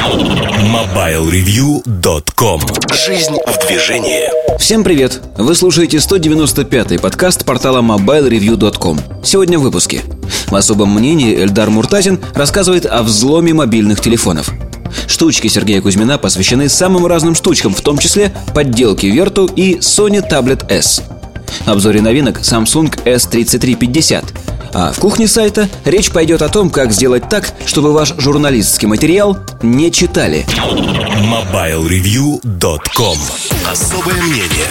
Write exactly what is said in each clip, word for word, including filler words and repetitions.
мобайл ревью точка ком. Жизнь в движении. Всем привет! Вы слушаете сто девяносто пятый подкаст портала мобайл ревью точка ком. Сегодня в выпуске. В особом мнении Эльдар Муртазин рассказывает о взломе мобильных телефонов. Штучки Сергея Кузьмина посвящены самым разным штучкам, в том числе подделке Верту и Sony Tablet S. В обзоре новинок Samsung эс тридцать три пятьдесят. А в кухне сайта речь пойдет о том, как сделать так, чтобы ваш журналистский материал не читали. мобайл ревью точка ком. Особое мнение.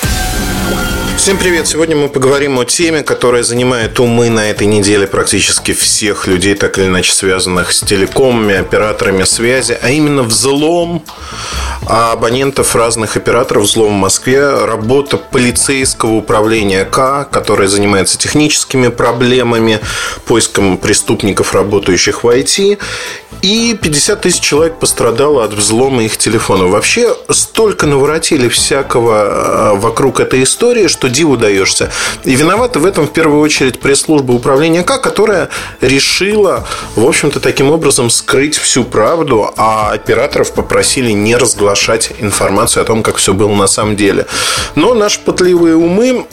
Всем привет! Сегодня мы поговорим о теме, которая занимает умы на этой неделе практически всех людей, так или иначе связанных с телекомами, операторами связи, а именно взлом абонентов разных операторов, взлом в Москве, работа полицейского управления К, которое занимается техническими проблемами, поиском преступников, работающих в ай ти, и пятьдесят тысяч человек пострадало от взлома их телефонов. Вообще, столько наворотили всякого вокруг этой истории, что диву даешься. И виновата в этом в первую очередь пресс-служба управления К, которая решила, в общем-то, таким образом скрыть всю правду, а операторов попросили не разглашать информацию о том, как все было на самом деле. Но наши пытливые умы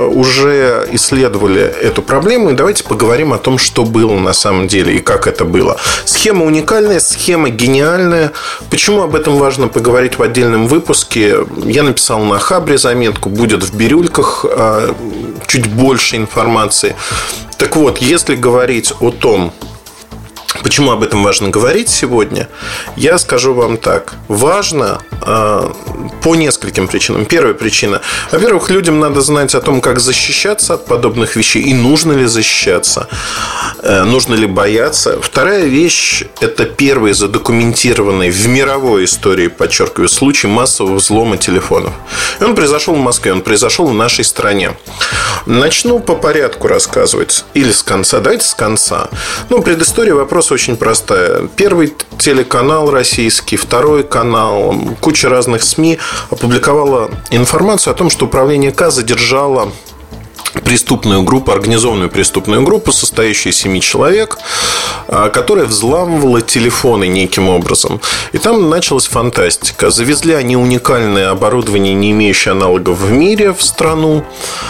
уже исследовали эту проблему, и давайте поговорим о том, что было на самом деле и как это было. Схема уникальная, схема гениальная. Почему об этом важно поговорить в отдельном выпуске? Я написал на Хабре заметку, будет в бирюльках чуть больше информации. Так вот, если говорить о том, почему об этом важно говорить сегодня, я скажу вам так. Важно э, по нескольким причинам. Первая причина. Во-первых, людям надо знать о том, как защищаться от подобных вещей. И нужно ли защищаться. Э, нужно ли бояться. Вторая вещь. Это первый задокументированный в мировой истории, подчеркиваю, случай массового взлома телефонов. И он произошел в Москве. Он произошел в нашей стране. Начну по порядку рассказывать. Или с конца. Давайте с конца. Ну, предыстория вопроса очень простая. Первый телеканал российский, второй канал, куча разных СМИ опубликовала информацию о том, что управление К задержало преступную группу, организованную преступную группу, состоящую из семи человек, которая взламывала телефоны неким образом. И там началась фантастика. Завезли они уникальное оборудование, не имеющее аналогов в мире, в страну.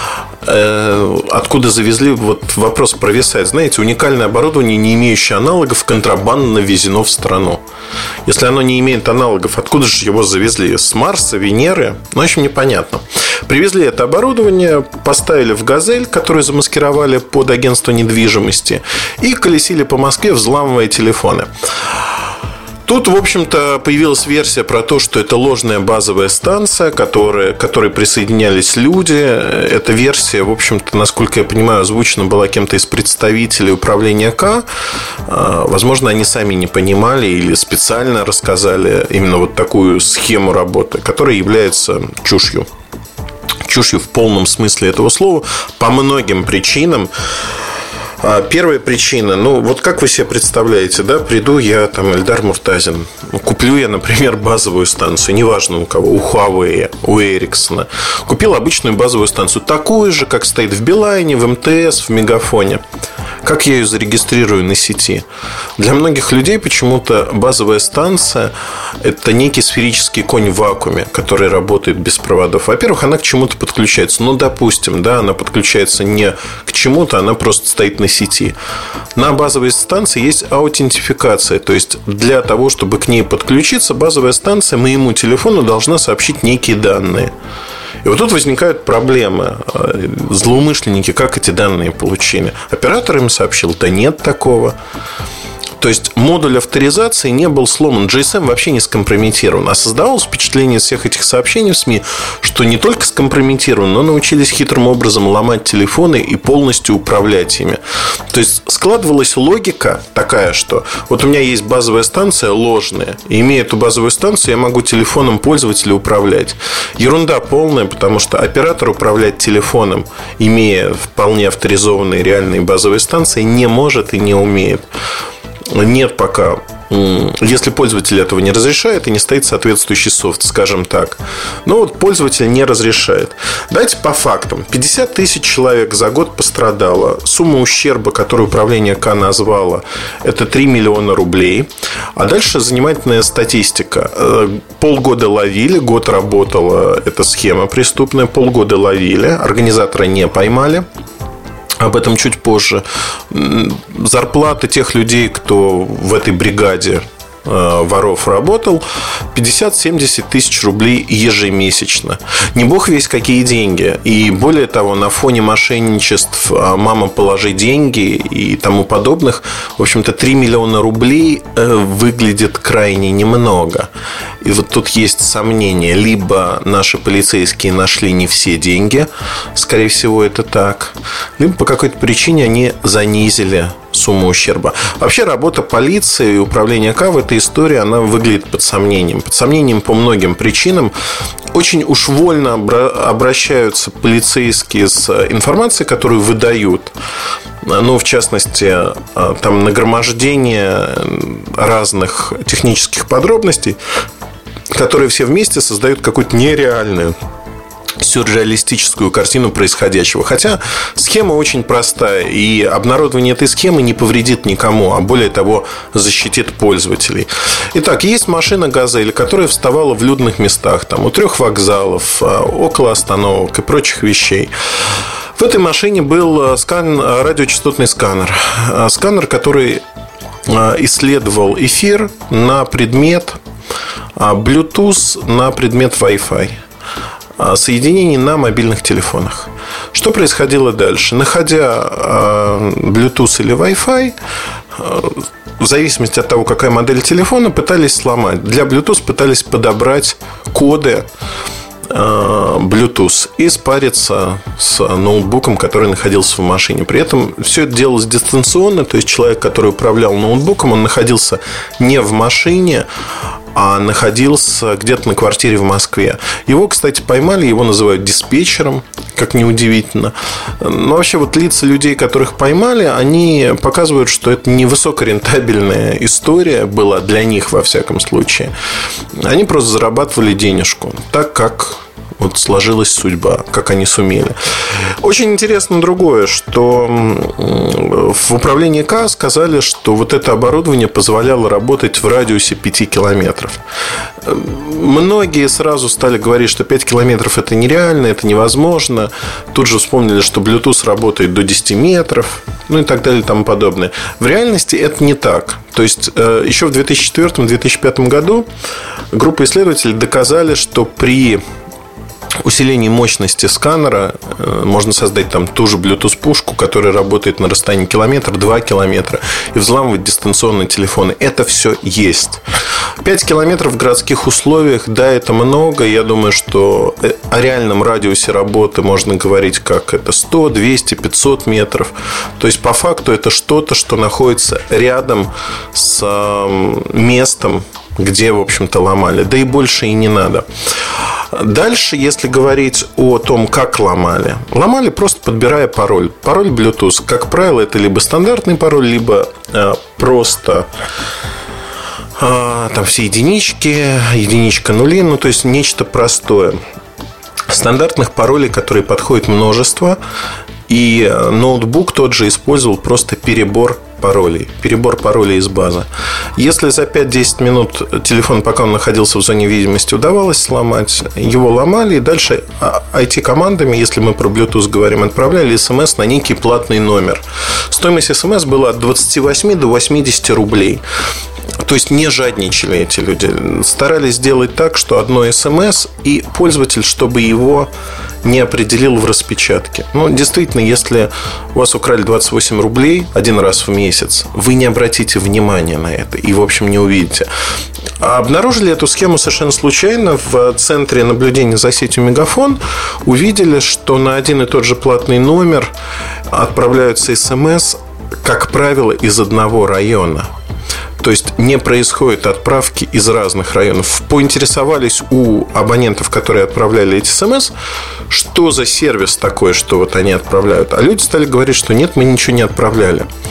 Откуда завезли, вот вопрос провисает. Знаете, уникальное оборудование, не имеющее аналогов, контрабандно везено в страну. Если оно не имеет аналогов, откуда же его завезли? С Марса, Венеры? Ну, в общем, непонятно. Привезли это оборудование, поставили в «Газель», которую замаскировали под агентство недвижимости, и колесили по Москве, взламывая телефоны. Тут, в общем-то, появилась версия про то, что это ложная базовая станция, которая, к которой присоединялись люди. Эта версия, в общем-то, насколько я понимаю, озвучена была кем-то из представителей управления К. Возможно, они сами не понимали или специально рассказали именно вот такую схему работы, которая является чушью. Чушью в полном смысле этого слова по многим причинам. Первая причина, ну вот как вы себе представляете, да, приду я, там, Эльдар Муртазин, куплю я, например, базовую станцию, неважно у кого, у Huawei, у Ericsson, купил обычную базовую станцию, такую же, как стоит в Билайне, в эм тэ эс, в Мегафоне. Как я ее зарегистрирую на сети? Для многих людей почему-то базовая станция – это некий сферический конь в вакууме, который работает без проводов. Во-первых, она к чему-то подключается. Ну, допустим, да, она подключается не к чему-то, она просто стоит на сети. На базовой станции есть аутентификация. То есть, для того, чтобы к ней подключиться, базовая станция моему телефону должна сообщить некие данные. И вот тут возникают проблемы. Злоумышленники как эти данные получили? Оператор им сообщил, да нет такого. То есть модуль авторизации не был сломан. джи эс эм вообще не скомпрометирован. А создавалось впечатление всех этих сообщений в СМИ, что не только скомпрометирован, но научились хитрым образом ломать телефоны и полностью управлять ими. То есть складывалась логика такая, что вот у меня есть базовая станция ложная, и имея эту базовую станцию, я могу телефоном пользователя управлять. Ерунда полная, потому что оператор управлять телефоном, имея вполне авторизованные реальные базовые станции, не может и не умеет. Нет пока если пользователь этого не разрешает и не стоит соответствующий софт, скажем так. Но вот пользователь не разрешает. Давайте по фактам. пятьдесят тысяч человек за год пострадало. Сумма ущерба, которую управление К назвало, это три миллиона рублей. А дальше занимательная статистика. Полгода ловили, год работала эта схема преступная, полгода ловили, организатора не поймали. Об этом чуть позже. Зарплаты тех людей, кто в этой бригаде воров работал, пятьдесят-семьдесят тысяч рублей ежемесячно. Не бог весть какие деньги. И более того, на фоне мошенничеств «мама, положи деньги» и тому подобных, в общем-то, три миллиона рублей выглядит крайне немного. И вот тут есть сомнение. Либо наши полицейские нашли не все деньги, скорее всего, это так, либо по какой-то причине они занизили сумму ущерба. Вообще работа полиции и управления К в этой истории, она выглядит под сомнением. Под сомнением по многим причинам. Очень уж вольно обращаются полицейские с информацией, которую выдают. Ну, в частности, там нагромождение разных технических подробностей, которые все вместе создают какую-то нереальную, сюрреалистическую картину происходящего. Хотя схема очень простая, и обнародование этой схемы не повредит никому, а более того, защитит пользователей. Итак, есть машина «Газель», которая вставала в людных местах, там, у трех вокзалов, около остановок и прочих вещей. В этой машине был скан, радиочастотный сканер. Сканер, который исследовал эфир на предмет Bluetooth, на предмет Wi-Fi, соединений на мобильных телефонах. Что происходило дальше? Находя Bluetooth или Wi-Fi, в зависимости от того, какая модель телефона, пытались сломать. Для Bluetooth пытались подобрать коды Bluetooth и спариться с ноутбуком, который находился в машине. При этом все это делалось дистанционно. То есть человек, который управлял ноутбуком, он находился не в машине, а находился где-то на квартире в Москве. Его, кстати, поймали, его называют диспетчером, как неудивительно. Но вообще вот лица людей, которых поймали, они показывают, что это не высокорентабельная история была для них, во всяком случае. Они просто зарабатывали денежку, так как вот сложилась судьба, как они сумели. Очень интересно другое, что в управлении К сказали, что вот это оборудование позволяло работать в радиусе пяти километров. Многие сразу стали говорить, что пять километров это нереально, это невозможно. Тут же вспомнили, что Bluetooth работает до десяти метров, ну и так далее и тому подобное. В реальности это не так. То есть еще в две тысячи четвёртом - две тысячи пятом году группа исследователей доказали, что при усилении мощности сканера можно создать там ту же Bluetooth-пушку, которая работает на расстоянии километр-два километра, и взламывать дистанционные телефоны. Это все есть. пять километров в городских условиях, да, это много. Я думаю, что о реальном радиусе работы можно говорить как это сто, двести, пятьсот метров. То есть по факту это что-то, что находится рядом с местом, где, в общем-то, ломали. Да и больше и не надо. Дальше, если говорить о том, как ломали. Ломали просто подбирая пароль. Пароль Bluetooth. Как правило, это либо стандартный пароль, либо э, просто э, там все единички, единичка нули. Ну, то есть нечто простое. Стандартных паролей, которые подходят множество. И ноутбук тот же использовал просто перебор паролей. Перебор паролей из базы. Если за пять-десять минут телефон, пока он находился в зоне видимости, удавалось сломать, его ломали. И дальше ай ти-командами, если мы про Bluetooth говорим, отправляли смс на некий платный номер. Стоимость смс была от двадцати восьми до восьмидесяти рублей. То есть не жадничали эти люди. Старались сделать так, что одно смс, и пользователь, чтобы его не определил в распечатке. Ну, действительно, если у вас украли двадцать восемь рублей один раз в месяц, вы не обратите внимания на это и, в общем, не увидите. А обнаружили эту схему совершенно случайно. В центре наблюдения за сетью Мегафон увидели, что на один и тот же платный номер отправляются смс, как правило, из одного района. То есть не происходит отправки из разных районов. Поинтересовались у абонентов, которые отправляли эти смс, что за сервис такой, что вот они отправляют. А люди стали говорить, что нет, мы ничего не отправляли.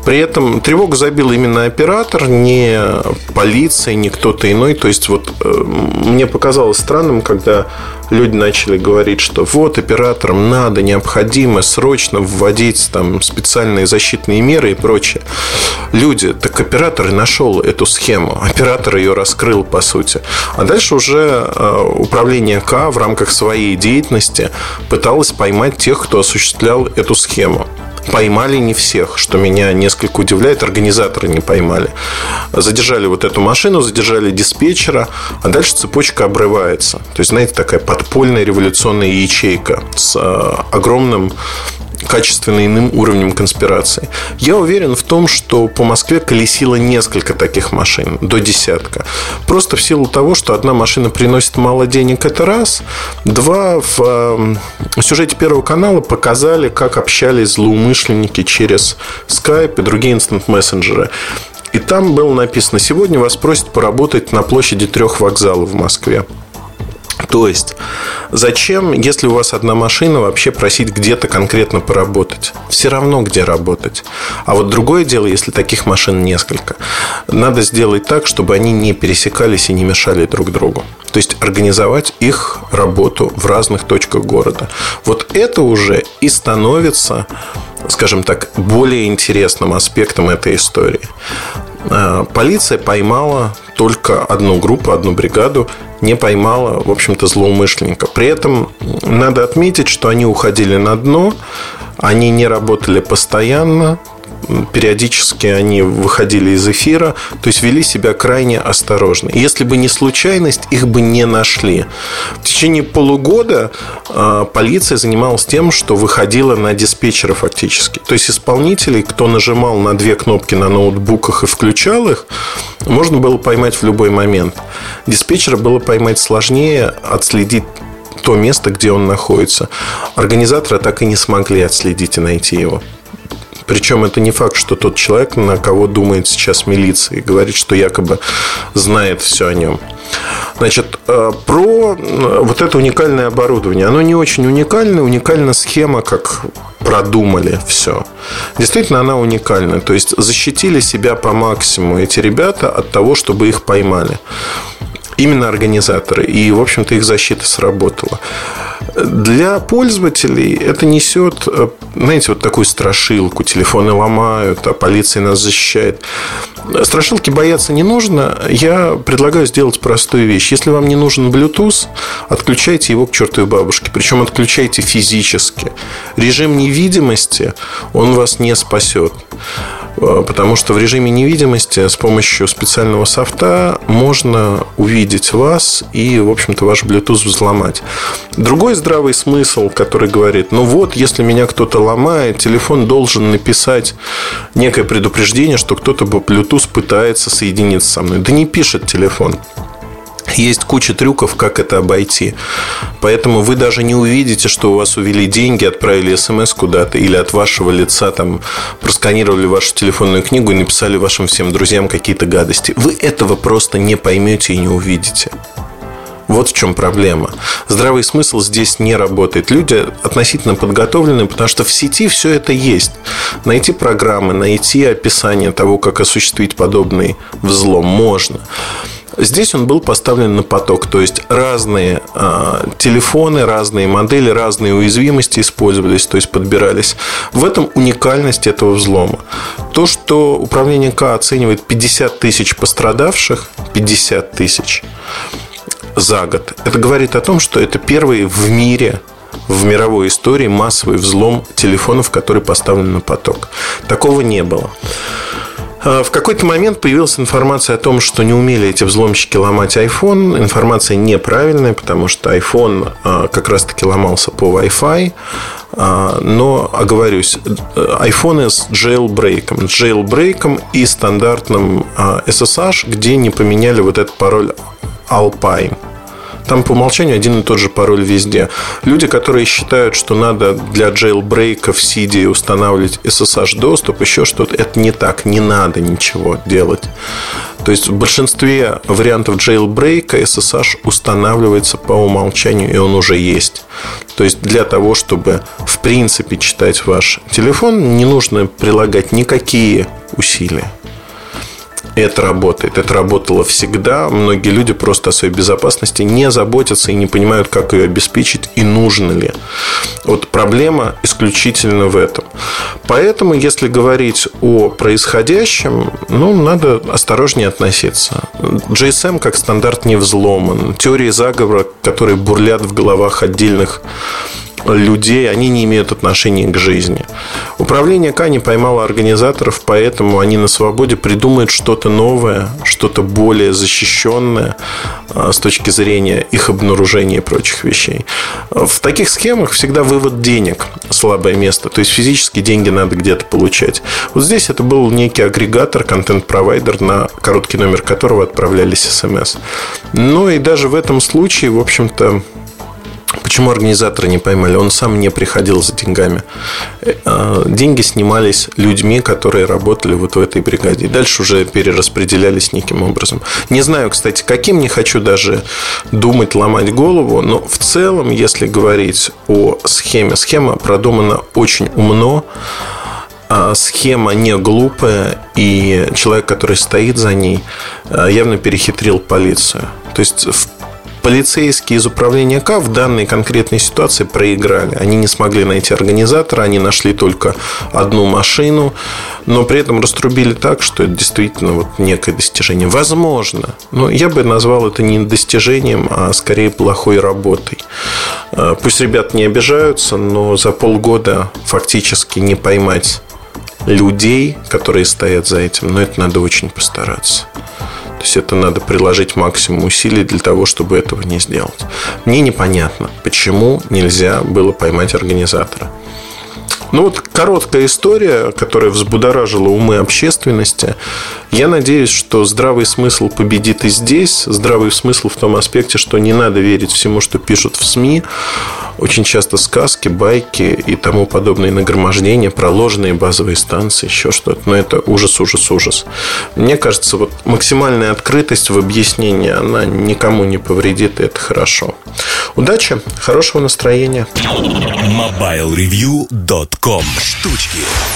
При этом тревогу забил именно оператор, не полиция, не кто-то иной. То есть вот мне показалось странным, когда люди начали говорить, что вот операторам надо, необходимо срочно вводить там специальные защитные меры и прочее. Люди, так оператор и нашел эту схему. Оператор ее раскрыл, по сути. А дальше уже управление К в рамках своей деятельности пыталось поймать тех, кто осуществлял эту схему. Поймали не всех, что меня несколько удивляет. Организаторы не поймали. Задержали вот эту машину, задержали диспетчера, а дальше цепочка обрывается. То есть, знаете, такая подпольная революционная ячейка с огромным качественно иным уровнем конспирации. Я уверен в том, что по Москве колесило несколько таких машин, до десятка. Просто в силу того, что одна машина приносит мало денег, это раз. Два, в сюжете Первого канала показали, как общались злоумышленники через Skype и другие инстант-мессенджеры. И там было написано: сегодня вас просят поработать на площади трех вокзалов в Москве. То есть, зачем, если у вас одна машина, вообще просить где-то конкретно поработать? Все равно, где работать. А вот другое дело, если таких машин несколько. Надо сделать так, чтобы они не пересекались и не мешали друг другу. То есть, организовать их работу в разных точках города. Вот это уже и становится, скажем так, более интересным аспектом этой истории. Полиция поймала только одну группу, одну бригаду, не поймала, в общем-то, злоумышленника. При этом надо отметить, что они уходили на дно, они не работали постоянно, периодически они выходили из эфира, то есть вели себя крайне осторожно. Если бы не случайность, их бы не нашли. В течение полугода полиция занималась тем, что выходила на диспетчера фактически. То есть исполнителей, кто нажимал на две кнопки на ноутбуках и включал их, можно было поймать в любой момент. Диспетчера было поймать сложнее, отследить то место, где он находится. Организаторы так и не смогли отследить и найти его. Причем это не факт, что тот человек, на кого думает сейчас милиция, и говорит, что якобы знает все о нем. Значит, про вот это уникальное оборудование. Оно не очень уникальное. Уникальна схема, как продумали все. Действительно, она уникальна. То есть, защитили себя по максимуму эти ребята от того, чтобы их поймали. Именно организаторы. И, в общем-то, их защита сработала. Для пользователей это несет, знаете, вот такую страшилку. Телефоны ломают, а полиция нас защищает. Страшилки бояться не нужно. Я предлагаю сделать простую вещь. Если вам не нужен Bluetooth, отключайте его к чертовой бабушке. Причем отключайте физически. Режим невидимости, он вас не спасет. Потому что в режиме невидимости с помощью специального софта можно увидеть вас и, в общем-то, ваш Bluetooth взломать. Другой здравый смысл, который говорит: ну вот, если меня кто-то ломает, телефон должен написать некое предупреждение, что кто-то по Bluetooth пытается соединиться со мной. Да не пишет телефон. Есть куча трюков, как это обойти. Поэтому вы даже не увидите, что у вас увели деньги, отправили смс куда-то, или от вашего лица там просканировали вашу телефонную книгу и написали вашим всем друзьям какие-то гадости. Вы этого просто не поймете и не увидите. Вот в чем проблема. Здравый смысл здесь не работает. Люди относительно подготовлены, потому что в сети все это есть. Найти программы, найти описание того, как осуществить подобный взлом можно. Здесь он был поставлен на поток. То есть разные э, телефоны, разные модели, разные уязвимости использовались, то есть подбирались. В этом уникальность этого взлома. То, что управление К оценивает пятьдесят тысяч пострадавших, пятьдесят тысяч за год, это говорит о том, что это первый в мире, в мировой истории массовый взлом телефонов, который поставлен на поток. Такого не было. В какой-то момент появилась информация о том, что не умели эти взломщики ломать iPhone. Информация неправильная, потому что iPhone как раз-таки ломался по Wi-Fi. Но, оговорюсь, iPhone с jailbreak'ом, с jailbreak'ом и стандартным эс эс эйч, где не поменяли вот этот пароль Alpine. Там по умолчанию один и тот же пароль везде. Люди, которые считают, что надо для джейлбрейка в сиди устанавливать эс эс эйч доступ, еще что-то, это не так. Не надо ничего делать. То есть в большинстве вариантов джейлбрейка эс эс эйч устанавливается по умолчанию, и он уже есть. То есть для того, чтобы в принципе читать ваш телефон, не нужно прилагать никакие усилия. Это работает. Это работало всегда. Многие люди просто о своей безопасности не заботятся и не понимают, как ее обеспечить и нужно ли. Вот проблема исключительно в этом. Поэтому, если говорить о происходящем, ну, надо осторожнее относиться. джей эс эм как стандарт не взломан. Теории заговора, которые бурлят в головах отдельных людей, они не имеют отношения к жизни. Управление К не поймало организаторов, поэтому они на свободе придумают что-то новое, что-то более защищенное с точки зрения их обнаружения и прочих вещей. В таких схемах всегда вывод денег слабое место. То есть физически деньги надо где-то получать. Вот здесь это был некий агрегатор, контент-провайдер, на короткий номер которого отправлялись смс. Ну и даже в этом случае, в общем-то, почему организаторы не поймали? Он сам не приходил за деньгами. Деньги снимались людьми, которые работали вот в этой бригаде. И дальше уже перераспределялись неким образом. Не знаю, кстати, каким, не хочу даже думать, ломать голову. Но в целом, если говорить о схеме, схема продумана очень умно. Схема не глупая. И человек, который стоит за ней, явно перехитрил полицию. То есть в полицейские из управления К в данной конкретной ситуации проиграли. Они не смогли найти организатора, они нашли только одну машину, но при этом раструбили так, что это действительно вот некое достижение. Возможно, но я бы назвал это не достижением, а скорее плохой работой. Пусть ребята не обижаются, но за полгода фактически не поймать людей, которые стоят за этим, но это надо очень постараться. То есть это надо приложить максимум усилий для того, чтобы этого не сделать. Мне непонятно, почему нельзя было поймать организатора. Ну вот короткая история, которая взбудоражила умы общественности. Я надеюсь, что здравый смысл победит и здесь. Здравый смысл в том аспекте, что не надо верить всему, что пишут в СМИ. Очень часто сказки, байки и тому подобные нагромождения, проложенные базовые станции, еще что-то. Но это ужас, ужас, ужас. Мне кажется, вот максимальная открытость в объяснении, она никому не повредит, и это хорошо. Удачи, хорошего настроения. мобайл ревью точка ком. Штучки.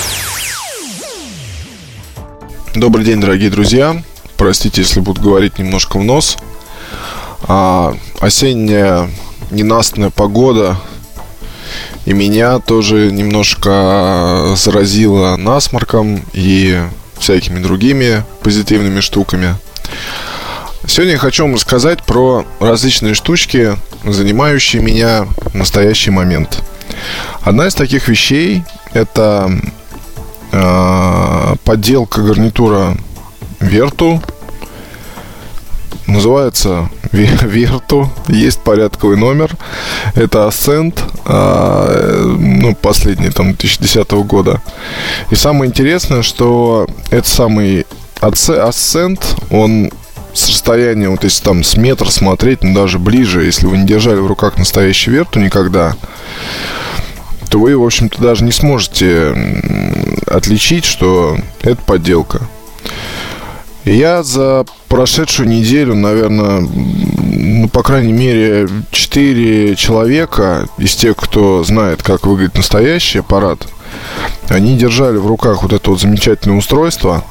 Добрый день, дорогие друзья. Простите, если буду говорить немножко в нос. а, Осенняя ненастная погода и меня тоже немножко заразила насморком и всякими другими позитивными штуками. Сегодня я хочу вам рассказать про различные штучки, занимающие меня в настоящий момент. Одна из таких вещей – это э, подделка гарнитура Верту. Называется Верту. Есть порядковый номер. Это Ascent, э, ну, последний, там, две тысячи десятого года. И самое интересное, что этот самый Ascent, он с расстояния, вот если там с метра смотреть, ну, даже ближе, если вы не держали в руках настоящий Верту никогда, то вы, в общем-то, даже не сможете отличить, что это подделка. И я за прошедшую неделю, наверное, ну, по крайней мере, четыре человека из тех, кто знает, как выглядит настоящий аппарат, они держали в руках вот это вот замечательное устройство.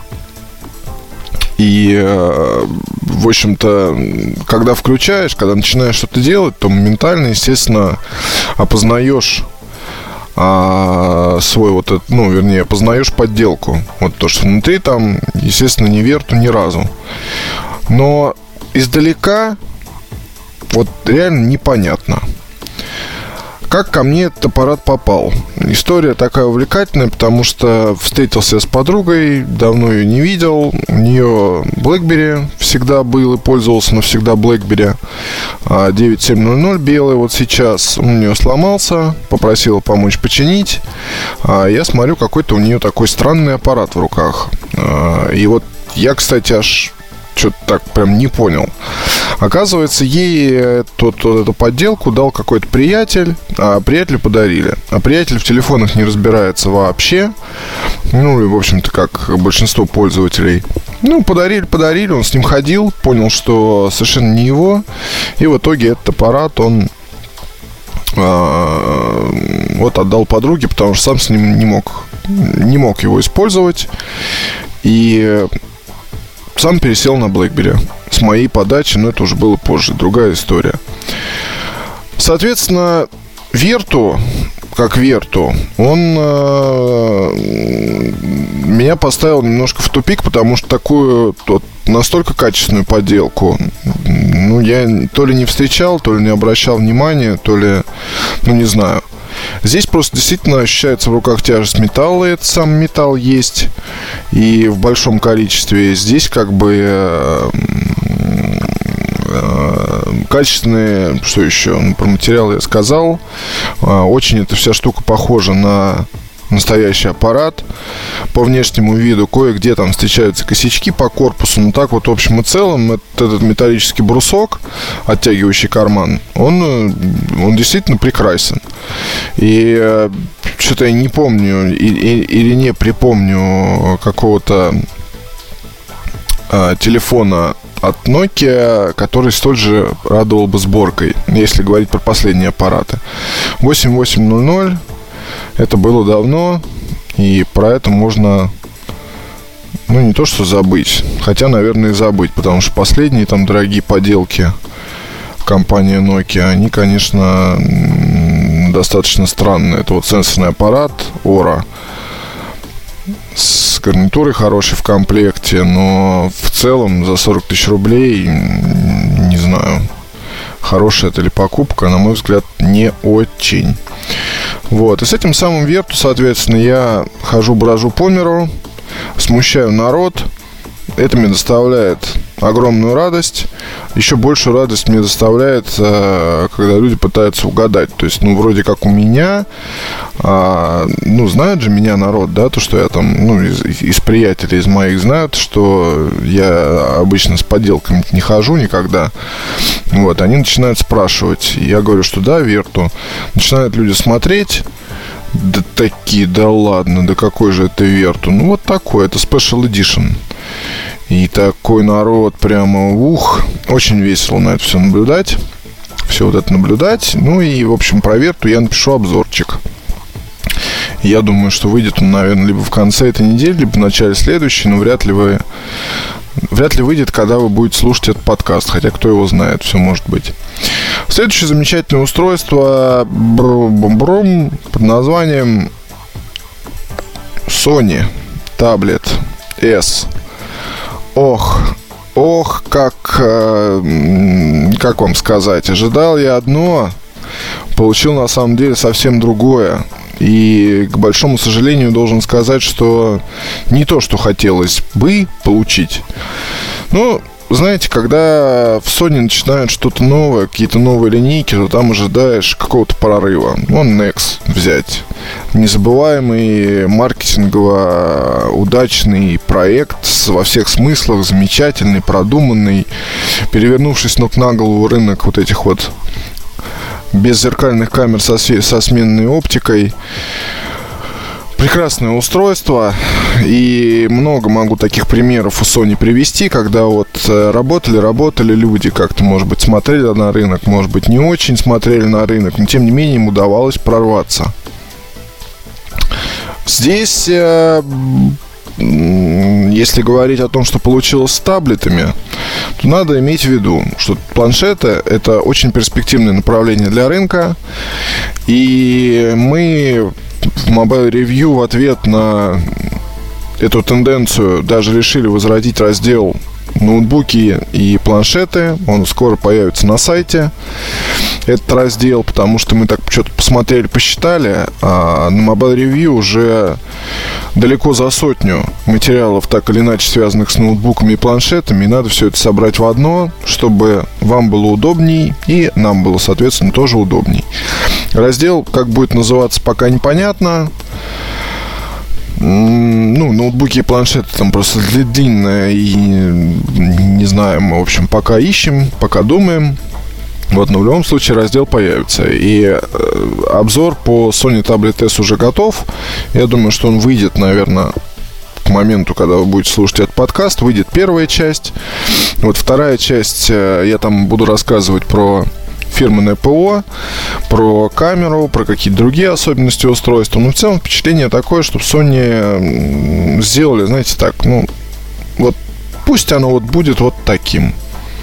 И, в общем-то, когда включаешь, когда начинаешь что-то делать, то моментально, естественно, опознаешь а, свой вот этот, ну, вернее, опознаешь подделку. Вот то, что внутри там, естественно, не Верту ни разу. Но издалека вот реально непонятно, как ко мне этот аппарат попал. История такая увлекательная, потому что встретился с подругой, давно ее не видел. У нее BlackBerry всегда был и пользовался, но всегда BlackBerry девять семь ноль ноль белый. Вот сейчас он у нее сломался, попросила помочь починить. Я смотрю, какой-то у нее такой странный аппарат в руках. И вот я, кстати, аж что-то так прям не понял. Оказывается, ей эту, эту подделку дал какой-то приятель, а приятелю подарили. А приятель в телефонах не разбирается вообще. Ну, и, в общем-то, как большинство пользователей. Ну, подарили, подарили, он с ним ходил, понял, что совершенно не его. И в итоге этот аппарат он э, вот отдал подруге, потому что сам с ним не мог, не мог его использовать. И сам пересел на BlackBerry с моей подачи, но это уже было позже, другая история. Соответственно, Верту, как Верту, он э, меня поставил немножко в тупик, потому что такую вот, настолько качественную подделку, ну, я то ли не встречал, то ли не обращал внимания, то ли, ну, не знаю. Здесь просто действительно ощущается в руках тяжесть металла, этот сам металл есть, и в большом количестве. Здесь как бы э, э, качественные, что еще, ну, про материал я сказал. э, Очень эта вся штука похожа на настоящий аппарат по внешнему виду. Кое-где там встречаются косячки по корпусу, но так вот в общем и целом этот, этот металлический брусок, оттягивающий карман, он, он действительно прекрасен. И э, что-то я не помню и, и, или не припомню какого-то э, телефона от Nokia, который столь же радовал бы сборкой, если говорить про последние аппараты. восемь восемь ноль ноль. Это было давно, и про это можно, ну, не то что забыть, хотя, наверное, и забыть, потому что последние там дорогие поделки компании Nokia, они, конечно, достаточно странные. Это вот сенсорный аппарат Ора с гарнитурой хорошей в комплекте, но в целом за сорок тысяч рублей, не знаю, хорошая это ли покупка, на мой взгляд, не очень. Вот, и с этим самым Верту, соответственно, я хожу, брожу по миру, смущаю народ. Это мне доставляет огромную радость. Еще большую радость мне доставляет, когда люди пытаются угадать. То есть, ну, вроде как у меня, ну, знают же меня народ, да, то, что я там, ну, из, из приятелей, из моих знают, что я обычно с подделками не хожу никогда. Вот, они начинают спрашивать. Я говорю, что да, Верту. Начинают люди смотреть. Да такие, да ладно, да какой же это Верту? Ну, вот такой, это Special Edition. И такой народ прямо, ух, очень весело на это все наблюдать. Все вот это наблюдать. Ну и, в общем, про Верту я напишу обзорчик. Я думаю, что выйдет он, наверное, либо в конце этой недели, либо в начале следующей. Но вряд ли вы... Вряд ли выйдет, когда вы будете слушать этот подкаст. Хотя, кто его знает, все может быть. Следующее замечательное устройство брум-брум под названием Sony Tablet S. Ох, ох, как, как вам сказать, ожидал я одно, получил на самом деле совсем другое. И, к большому сожалению, должен сказать, что не то, что хотелось бы получить. Ну, знаете, когда в Sony начинают что-то новое, какие-то новые линейки, то там ожидаешь какого-то прорыва. Вон Nex взять. Незабываемый маркетингово удачный проект во всех смыслах, замечательный, продуманный, перевернувший с ног на голову рынок вот этих вот беззеркальных камер со, со сменной оптикой. Прекрасное устройство. И много могу таких примеров у Sony привести, когда вот работали, работали люди, как-то, может быть, смотрели на рынок, может быть, не очень смотрели на рынок, но, тем не менее, им удавалось прорваться. Здесь, если говорить о том, что получилось с таблетами, то надо иметь в виду, что планшеты – это очень перспективное направление для рынка. И мы в Mobile Review в ответ на эту тенденцию даже решили возродить раздел ноутбуки и планшеты. Он скоро появится на сайте, этот раздел, потому что мы так что-то посмотрели, посчитали, а на Mobile Review уже далеко за сотню материалов, так или иначе связанных с ноутбуками и планшетами, и надо все это собрать в одно, чтобы вам было удобней и нам было, соответственно, тоже удобней. Раздел, как будет называться, пока непонятно. Ну, ноутбуки и планшеты там просто длинные, и не знаю, мы, в общем, пока ищем, пока думаем. Вот, но в любом случае раздел появится. И э, обзор по Sony Tablet S уже готов. Я думаю, что он выйдет, наверное, к моменту, когда вы будете слушать этот подкаст, выйдет первая часть. Вот вторая часть, я там буду рассказывать про фирменное ПО, про камеру, про какие-то другие особенности устройства. Но в целом впечатление такое, что Sony сделали, знаете, так, ну, вот пусть оно вот будет вот таким.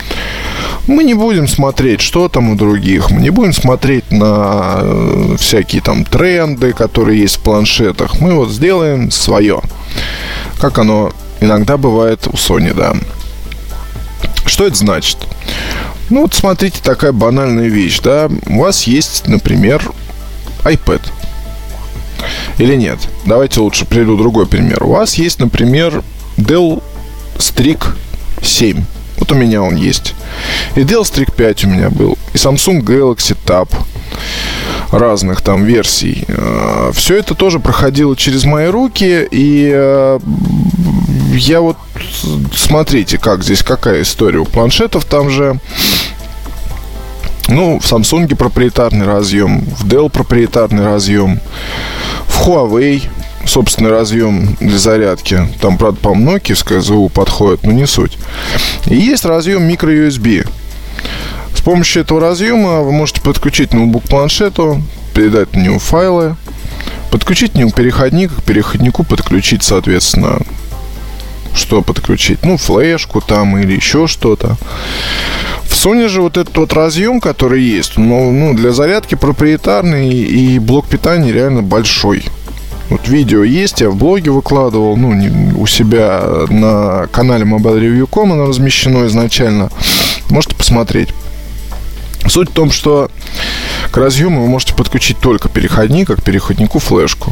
Мы не будем смотреть, что там у других. Мы не будем смотреть на всякие там тренды, которые есть в планшетах. Мы вот сделаем свое. Как оно иногда бывает у Sony, да. Что это значит? Ну вот смотрите, такая банальная вещь, да. У вас есть, например, iPad. Или нет? Давайте лучше приведу другой пример. У вас есть, например, Dell Streak семь. Вот у меня он есть. И Dell Streak пять у меня был. И Samsung Galaxy Tab разных там версий. Все это тоже проходило через мои руки. И я вот... Смотрите, как здесь, какая история у планшетов. Там же... Ну, в Samsung проприетарный разъем, в Dell проприетарный разъем, в Huawei собственный разъем для зарядки. Там, правда, по-моему, нокиевская ЗУ подходит, но не суть. И есть разъем micro ю эс би. С помощью этого разъема вы можете подключить ноутбук к планшету, передать на него файлы, подключить к нему переходник, к переходнику подключить, соответственно, что подключить? Ну, флешку там или еще что-то. В Sony же вот этот вот разъем, который есть, ну, ну, для зарядки проприетарный, и блок питания реально большой. Вот видео есть, я в блоге выкладывал, ну, не, у себя на канале мобайл ревью точка ком оно размещено изначально. Можете посмотреть. Суть в том, что к разъему вы можете подключить только переходник, а к переходнику флешку.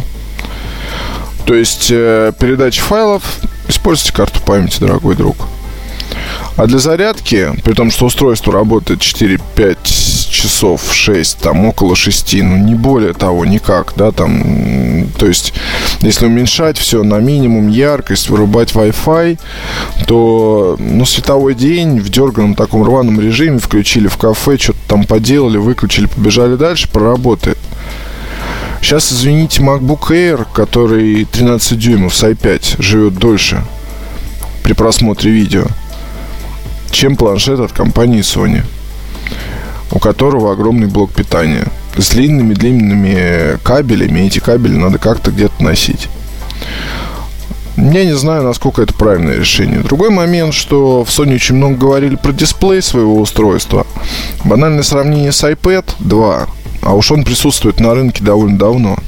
То есть э, передача файлов, используйте карту памяти, дорогой друг. А для зарядки, при том, что устройство работает четыре-пять часов, шесть, там около шести, ну не более того, никак, да, там, то есть, если уменьшать все на минимум яркость, вырубать Wi-Fi, то, ну, световой день в дерганом таком рваном режиме включили в кафе, что-то там поделали, выключили, побежали дальше, проработает. Сейчас, извините, MacBook Air, который тринадцать дюймов с ай пять, живет дольше при просмотре видео, чем планшет от компании Sony, у которого огромный блок питания с длинными-длинными кабелями. Эти кабели надо как-то где-то носить. Я не знаю, насколько это правильное решение. Другой момент, что в Sony очень много говорили про дисплей своего устройства. Банальное сравнение с iPad два, а уж он присутствует на рынке довольно давно.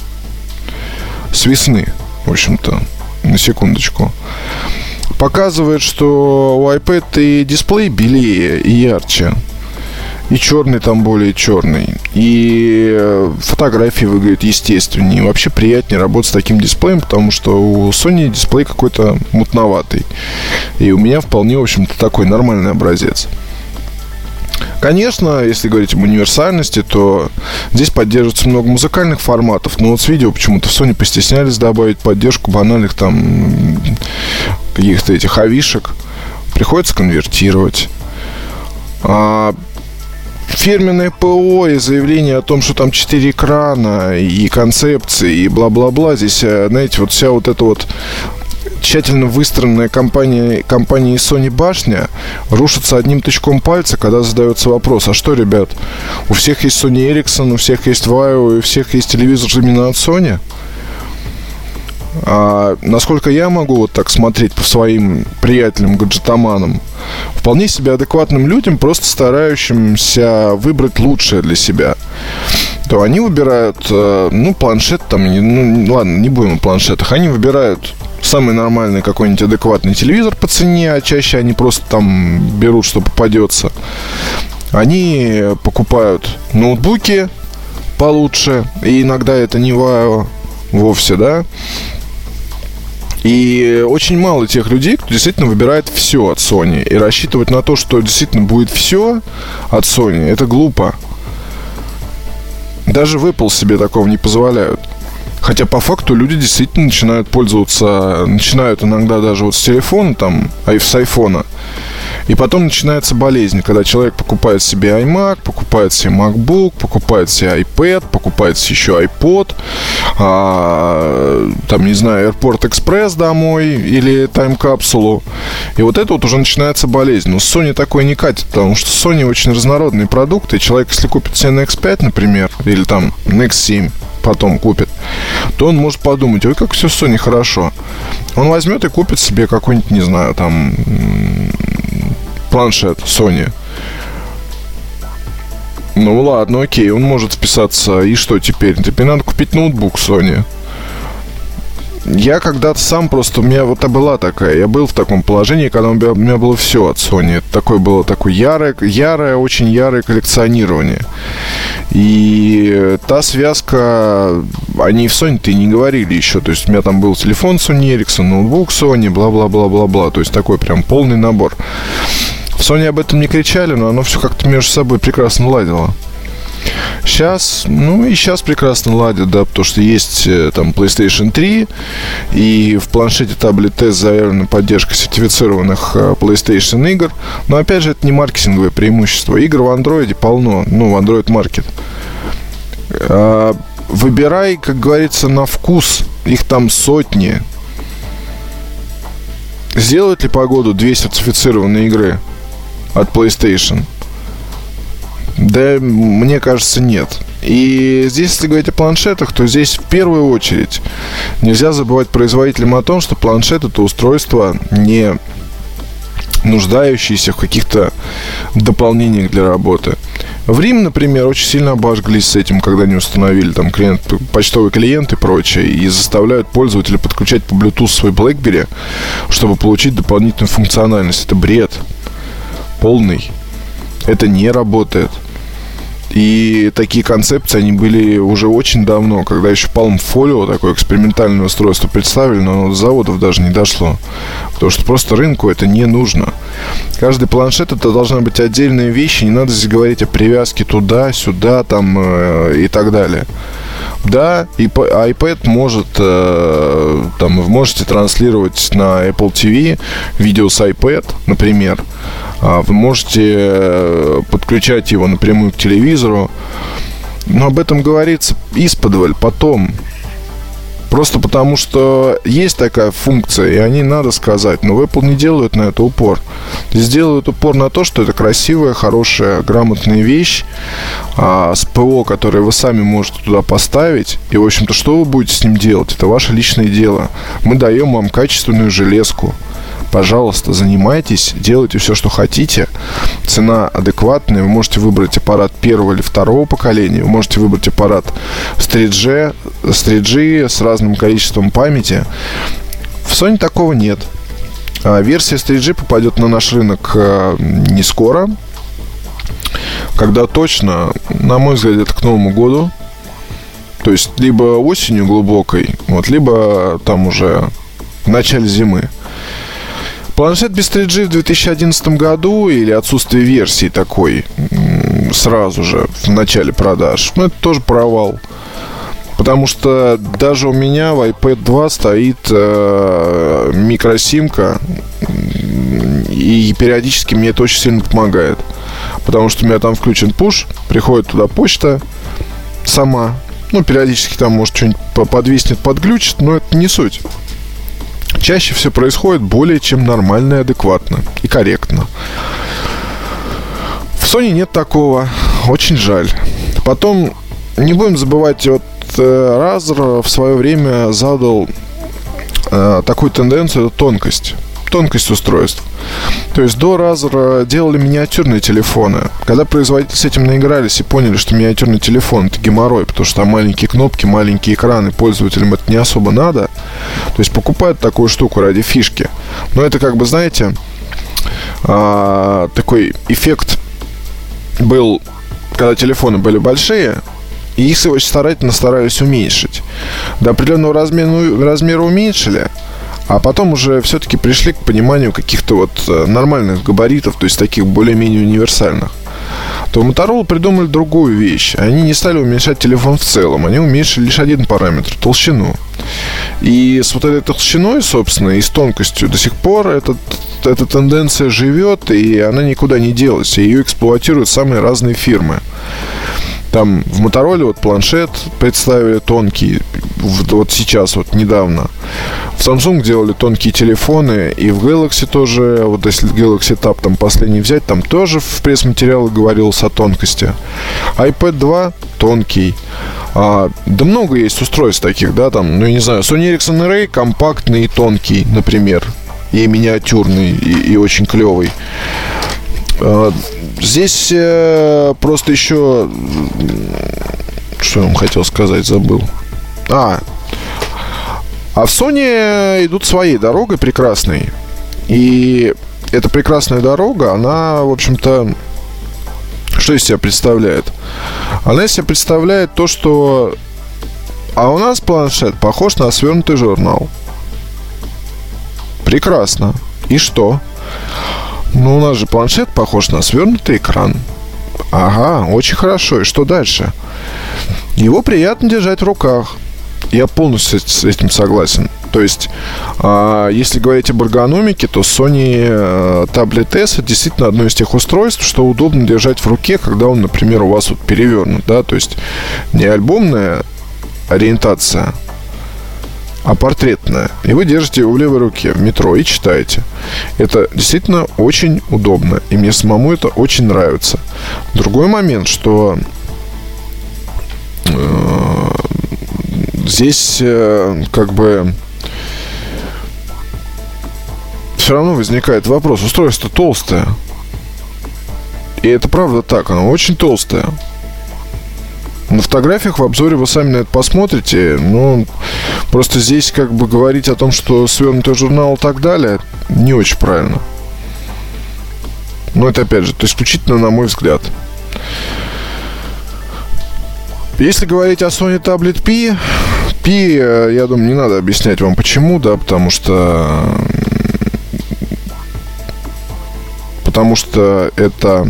С весны, в общем-то, на секундочку. Показывает, что у iPad и дисплей белее и ярче. И черный там более черный. И фотографии выглядят естественнее. И вообще приятнее работать с таким дисплеем, потому что у Sony дисплей какой-то мутноватый. И у меня вполне, в общем-то, такой нормальный образец. Конечно, если говорить об универсальности, то здесь поддерживается много музыкальных форматов. Но вот с видео почему-то в Sony постеснялись добавить поддержку банальных там каких-то этих авишек. Приходится конвертировать. А фирменное ПО и заявление о том, что там четыре экрана и концепции и бла-бла-бла. Здесь, знаете, вот вся вот эта вот тщательно выстроенная компания, компанией Sony башня рушится одним тычком пальца, когда задается вопрос: а что, ребят, у всех есть Sony Ericsson, у всех есть Vaio, у всех есть телевизор именно от Sony? А насколько я могу вот так смотреть по своим приятелям, гаджетоманам, вполне себе адекватным людям, просто старающимся выбрать лучшее для себя, то они выбирают, ну, планшет там, ну, ладно, не будем о планшетах, они выбирают самый нормальный какой-нибудь адекватный телевизор по цене, а чаще они просто там берут, что попадется. Они покупают ноутбуки получше, и иногда это не Vaio вовсе, да. И очень мало тех людей, кто действительно выбирает все от Sony. И рассчитывать на то, что действительно будет все от Sony, это глупо. Даже в Apple себе такого не позволяют. Хотя по факту люди действительно начинают пользоваться, начинают иногда даже вот с телефона, там, а и с айфона, И потом начинается болезнь, когда человек покупает себе iMac, покупает себе MacBook, покупает себе iPad, покупает себе еще iPod, а, там, не знаю, Airport Express домой или тайм-капсулу. И вот это вот уже начинается болезнь. Но с Sony такое не катит, потому что Sony очень разнородные продукты. И человек, если купит себе икс пять, например, или там икс семь, потом купит, то он может подумать: ой, как все Sony хорошо. Он возьмет и купит себе какой-нибудь, не знаю, там, планшет Sony. Ну ладно, окей, он может вписаться. И что теперь? Теперь надо купить ноутбук Sony. Я когда-то сам просто... У меня вот была такая... Я был в таком положении, когда у меня, у меня было все от Sony. Это такое было такое ярое, ярое, очень ярое коллекционирование. И та связка... Они в Sony-то и не говорили еще. То есть у меня там был телефон Sony Ericsson, ноутбук Sony, бла-бла-бла-бла-бла. То есть такой прям полный набор. В Sony об этом не кричали, но оно все как-то между собой прекрасно ладило. Сейчас, ну и сейчас прекрасно ладят, да, потому что есть там PlayStation три, и в планшете Tablet Test заявлена поддержка сертифицированных PlayStation игр. Но опять же, это не маркетинговое преимущество. Игр в Android полно, ну, в Android Market. Выбирай, как говорится, на вкус. Их там сотни. Сделают ли погоду две сертифицированные игры от PlayStation? Да, мне кажется, нет. И здесь, если говорить о планшетах, то здесь в первую очередь нельзя забывать производителям о том, что планшет — это устройство, не нуждающееся в каких-то дополнениях для работы. В Рим, например, очень сильно обожглись с этим, когда не установили там клиент, почтовый клиент и прочее, и заставляют пользователя подключать по Bluetooth свой BlackBerry, чтобы получить дополнительную функциональность. Это бред полный. Это не работает. И такие концепции, они были уже очень давно, когда еще Palm Folio, такое экспериментальное устройство, представили, но оно до заводов даже не дошло. Потому что просто рынку это не нужно. Каждый планшет — это должна быть отдельная вещь, и не надо здесь говорить о привязке туда, сюда, там э, и так далее. Да, iPad может, э, там, вы можете транслировать на Apple ти ви видео с iPad, например. Вы можете подключать его напрямую к телевизору. Но об этом говорится исподволь, потом. Просто потому, что есть такая функция, и о ней надо сказать. Но в Apple не делают на это упор. Здесь делают упор на то, что это красивая, хорошая, грамотная вещь а, с ПО, которое вы сами можете туда поставить. И, в общем-то, что вы будете с ним делать? Это ваше личное дело. Мы даем вам качественную железку. Пожалуйста, занимайтесь, делайте все, что хотите. Цена адекватная. Вы можете выбрать аппарат первого или второго поколения. Вы можете выбрать аппарат с три джи, с три джи, с разным количеством памяти. В Sony такого нет. А версия с три джи попадет на наш рынок не скоро. Когда точно, на мой взгляд, это к Новому году. То есть либо осенью глубокой, вот, либо там уже в начале зимы. Планшет без три джи в две тысячи одиннадцатом году или отсутствие версии такой сразу же в начале продаж, ну, это тоже провал. Потому что даже у меня в iPad два стоит э, микросимка, и периодически мне это очень сильно помогает. Потому что у меня там включен пуш, приходит туда почта сама. Ну, периодически там, может, что-нибудь подвиснет, подглючит, но это не суть. Чаще все происходит более чем нормально и адекватно. И корректно. В Sony нет такого. Очень жаль. Потом, не будем забывать, вот Razer в свое время задал э, такую тенденцию, это тонкость. Тонкость устройств. То есть до Razer делали миниатюрные телефоны. Когда производители с этим наигрались и поняли, что миниатюрный телефон — это геморрой, потому что там маленькие кнопки, маленькие экраны, пользователям это не особо надо, то есть покупают такую штуку ради фишки. Но это, как бы, знаете, такой эффект был, когда телефоны были большие, и их очень старательно старались уменьшить. До определенного размера, размера уменьшили, а потом уже все-таки пришли к пониманию каких-то вот нормальных габаритов, то есть таких более-менее универсальных. То Motorola придумали другую вещь. Они не стали уменьшать телефон в целом. Они уменьшили лишь один параметр — толщину. И с вот этой толщиной, собственно, и с тонкостью до сих пор этот эта тенденция живет, и она никуда не делась. Ее эксплуатируют самые разные фирмы. Там в Motorola вот планшет представили тонкий, вот сейчас, вот недавно. В Samsung делали тонкие телефоны, и в Galaxy тоже, вот если Galaxy Tab там последний взять, там тоже в пресс-материалах говорилось о тонкости. iPad два тонкий. А, да много есть устройств таких, да, там, ну, я не знаю, Sony Ericsson Array компактный и тонкий, например, и миниатюрный, и, и очень клевый. А, здесь э, просто еще... Что я вам хотел сказать, забыл. А, а в Sony идут своей дорогой прекрасной. И эта прекрасная дорога, она, в общем-то, что из себя представляет? Она из себя представляет то, что... А у нас планшет похож на свернутый журнал. Прекрасно. И что? Ну, у нас же планшет похож на свернутый экран. Ага, очень хорошо. И что дальше? Его приятно держать в руках. Я полностью с этим согласен. То есть, э, если говорить об эргономике, то Sony э, Tablet S — это действительно одно из тех устройств, что удобно держать в руке, когда он, например, у вас вот перевернут, да, то есть не альбомная ориентация, а портретная. И вы держите его в левой руке в метро и читаете. Это действительно очень удобно, и мне самому это очень нравится. Другой момент, что э, здесь э, как бы все равно возникает вопрос. Устройство толстое. И это правда так, оно очень толстое. На фотографиях в обзоре вы сами на это посмотрите. Ну, просто здесь как бы говорить о том, что свернутый журнал и так далее, не очень правильно. Но это опять же, то исключительно на мой взгляд. Если говорить о Sony Tablet Pi, Pi, я думаю, не надо объяснять вам почему, да, потому что потому что это...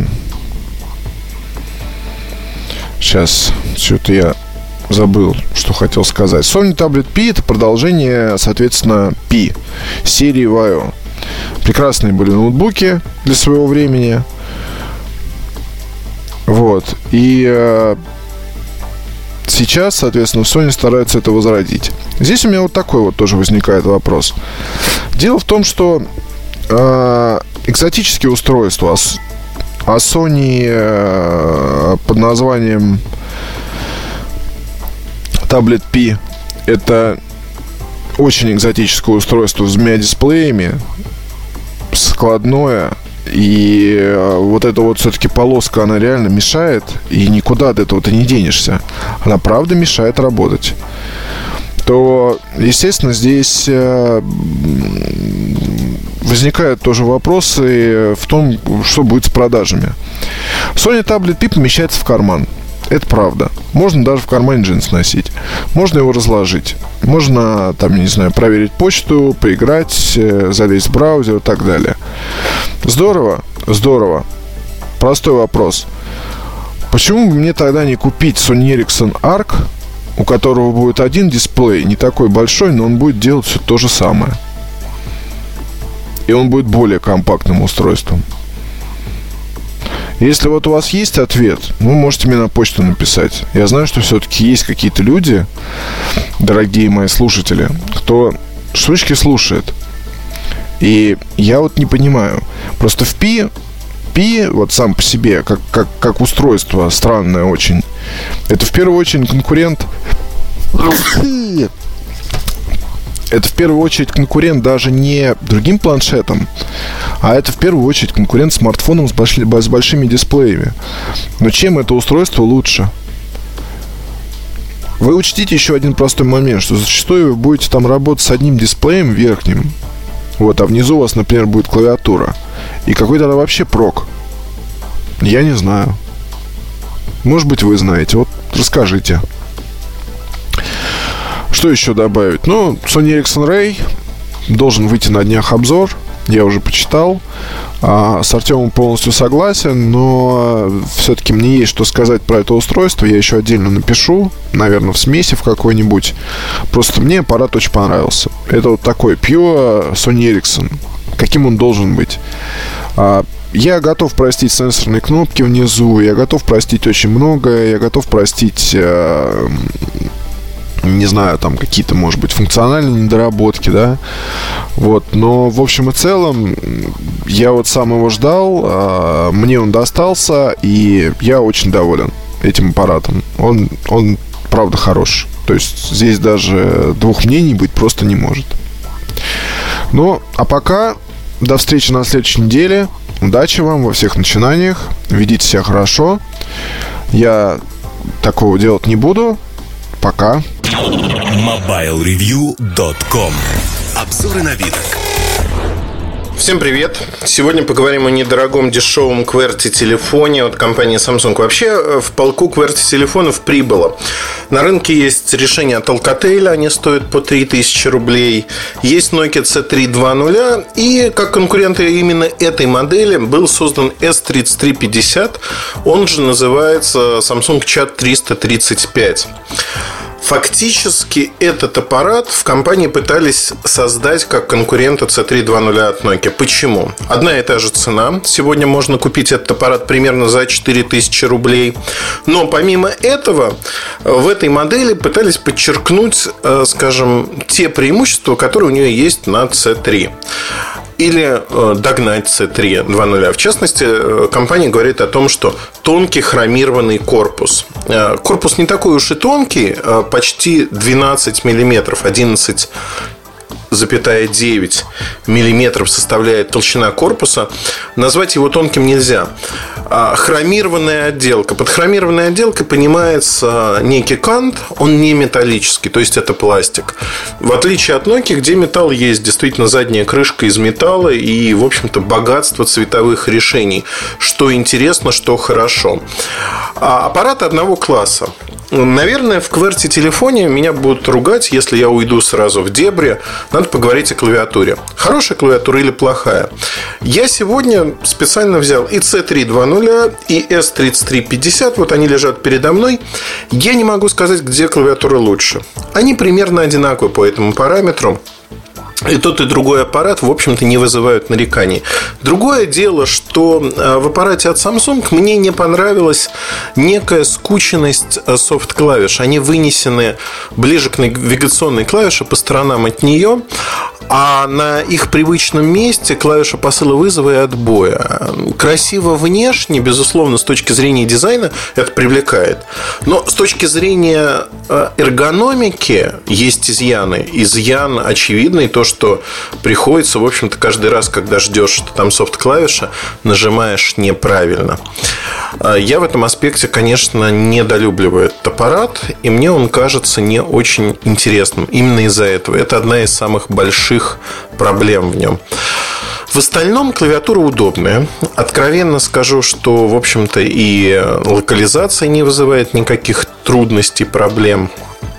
Сейчас, что-то я забыл, что хотел сказать. Sony Tablet Pi — это продолжение, соответственно, Pi серии Vaio. Прекрасные были ноутбуки для своего времени. Вот. И э, сейчас, соответственно, Sony стараются это возродить. Здесь у меня вот такой вот тоже возникает вопрос. Дело в том, что э, экзотические устройства, а Sony э, под названием Tablet Pi — это очень экзотическое устройство с двумя дисплеями, складное. И э, вот эта вот все-таки полоска, она реально мешает, и никуда от этого ты не денешься. Она правда мешает работать. То, естественно, здесь э, возникают тоже вопросы в том, что будет с продажами. Sony Tablet Pi помещается в карман. Это правда. Можно даже в кармане джинс носить. Можно его разложить. Можно, там, не знаю, проверить почту, поиграть, э, залезть в браузер и так далее. Здорово, здорово. Простой вопрос. Почему бы мне тогда не купить Sony Ericsson Arc, у которого будет один дисплей, не такой большой, но он будет делать все то же самое. И он будет более компактным устройством. Если вот у вас есть ответ, вы можете мне на почту написать. Я знаю, что все-таки есть какие-то люди, дорогие мои слушатели, кто штучки слушает. И я вот не понимаю. Просто в Pi, Pi вот сам по себе, как, как, как устройство странное очень, это в первую очередь конкурент... Это в первую очередь конкурент даже не другим планшетам, а это в первую очередь конкурент смартфоном с, больши, с большими дисплеями. Но чем это устройство лучше? Вы учтите еще один простой момент, что зачастую вы будете там работать с одним дисплеем верхним, вот, а внизу у вас, например, будет клавиатура. И какой тогда вообще прок? Я не знаю. Может быть, вы знаете. Вот расскажите. Что еще добавить? Ну, Sony Ericsson Ray должен выйти на днях обзор. Я уже почитал. а, С Артемом полностью согласен. Но все-таки мне есть что сказать про это устройство. Я еще отдельно напишу. Наверное, в смеси в какой-нибудь. Просто мне аппарат очень понравился. Это вот такой Pure Sony Ericsson. каким он должен быть. Я готов простить сенсорные кнопки внизу, я готов простить очень многое, я готов простить, не знаю, там какие-то, может быть, функциональные недоработки, да, вот, но в общем и целом я вот сам его ждал, мне он достался, и я очень доволен этим аппаратом. Он, он правда хорош, то есть здесь даже двух мнений быть просто не может. Ну, а пока до встречи на следующей неделе. Удачи вам во всех начинаниях. Ведите себя хорошо. Я такого делать не буду. Пока. мобайл ревью точка ком. Обзоры новинок. Всем привет! Сегодня поговорим о недорогом дешевом QWERTY-телефоне от компании Samsung. Вообще, в полку QWERTY-телефонов прибыло. На рынке есть решения от Alcatel, они стоят по три тысячи рублей. Есть Nokia си три два ноль. И как конкуренты именно этой модели был создан эс тридцать три пятьдесят. Он же называется Samsung чат триста тридцать пять. Фактически этот аппарат в компании пытались создать как конкурента си три два ноль от Nokia. Почему? Одна и та же цена. Сегодня можно купить этот аппарат примерно за четыре тысячи рублей. Но помимо этого, в этой модели пытались подчеркнуть, скажем, те преимущества, которые у нее есть на си три. Или э, догнать си три два ноль. В частности, э, компания говорит о том, что тонкий хромированный корпус. Э, корпус не такой уж и тонкий, э, почти двенадцать миллиметров, одиннадцать целых девять миллиметров составляет толщина корпуса. Назвать его тонким нельзя. Хромированная отделка. Под хромированной отделкой понимается некий кант. Он не металлический, то есть это пластик. В отличие от Nokia, где металл есть, действительно задняя крышка из металла. И, в общем-то, богатство цветовых решений. Что интересно, что хорошо. Аппарат одного класса. Наверное, в QWERTY-телефоне меня будут ругать, если я уйду сразу в дебри. Надо поговорить о клавиатуре. Хорошая клавиатура или плохая? Я сегодня специально взял и си три два ноль, и эс тридцать три пятьдесят. Вот они лежат передо мной. Я не могу сказать, где клавиатура лучше. Они примерно одинаковы по этому параметру. И тот, и другой аппарат, в общем-то, не вызывают нареканий. Другое дело, что в аппарате от Samsung мне не понравилась некая скученность софт-клавиш. Они вынесены ближе к навигационной клавише, по сторонам от нее. А на их привычном месте клавиша посыла вызова и отбоя. Красиво внешне, безусловно, с точки зрения дизайна это привлекает. Но с точки зрения эргономики есть изъяны. Изъян очевидный, то, что приходится, в общем-то, каждый раз, когда ждешь, что там софт-клавиша, нажимаешь неправильно. Я в этом аспекте, конечно, недолюбливаю этот аппарат, и мне он кажется не очень интересным. Именно из-за этого. Это одна из самых больших проблем в нем. В остальном клавиатура удобная. Откровенно скажу, что, в общем-то, и локализация не вызывает никаких трудностей, проблем.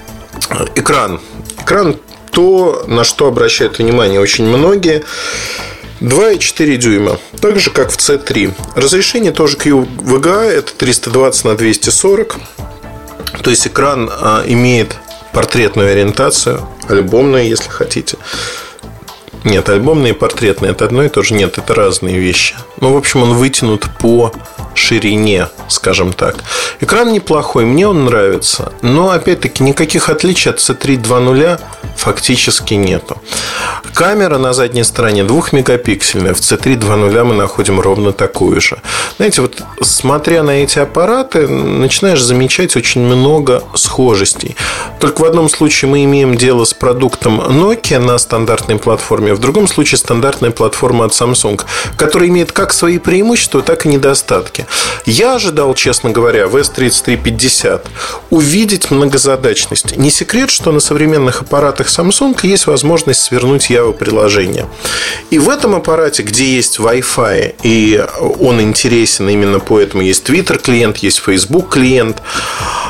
Экран. Экран то, на что обращают внимание очень многие. два и четыре дюйма. Так же, как в си три. Разрешение тоже кью ви джи эй. Это триста двадцать на двести сорок. То есть экран а, имеет портретную ориентацию. Альбомную, если хотите. Нет, альбомные и портретные — это одно и то же. Нет, это разные вещи. Ну, в общем, он вытянут по ширине, скажем так. Экран неплохой, мне он нравится. Но, опять-таки, никаких отличий от си три два ноль фактически нету. Камера на задней стороне двухмегапиксельная. В си три два ноль мы находим ровно такую же. Знаете, вот смотря на эти аппараты, начинаешь замечать очень много схожестей. Только в одном случае мы имеем дело с продуктом Nokia на стандартной платформе, в другом случае стандартная платформа от Samsung, которая имеет как свои преимущества, так и недостатки. Я ожидал, честно говоря, в эс тридцать три пятьдесят увидеть многозадачность. Не секрет, что на современных аппаратах Samsung есть возможность свернуть Java-приложение. И в этом аппарате, где есть Wi-Fi, и он интересен именно поэтому, есть Twitter-клиент, есть Facebook-клиент,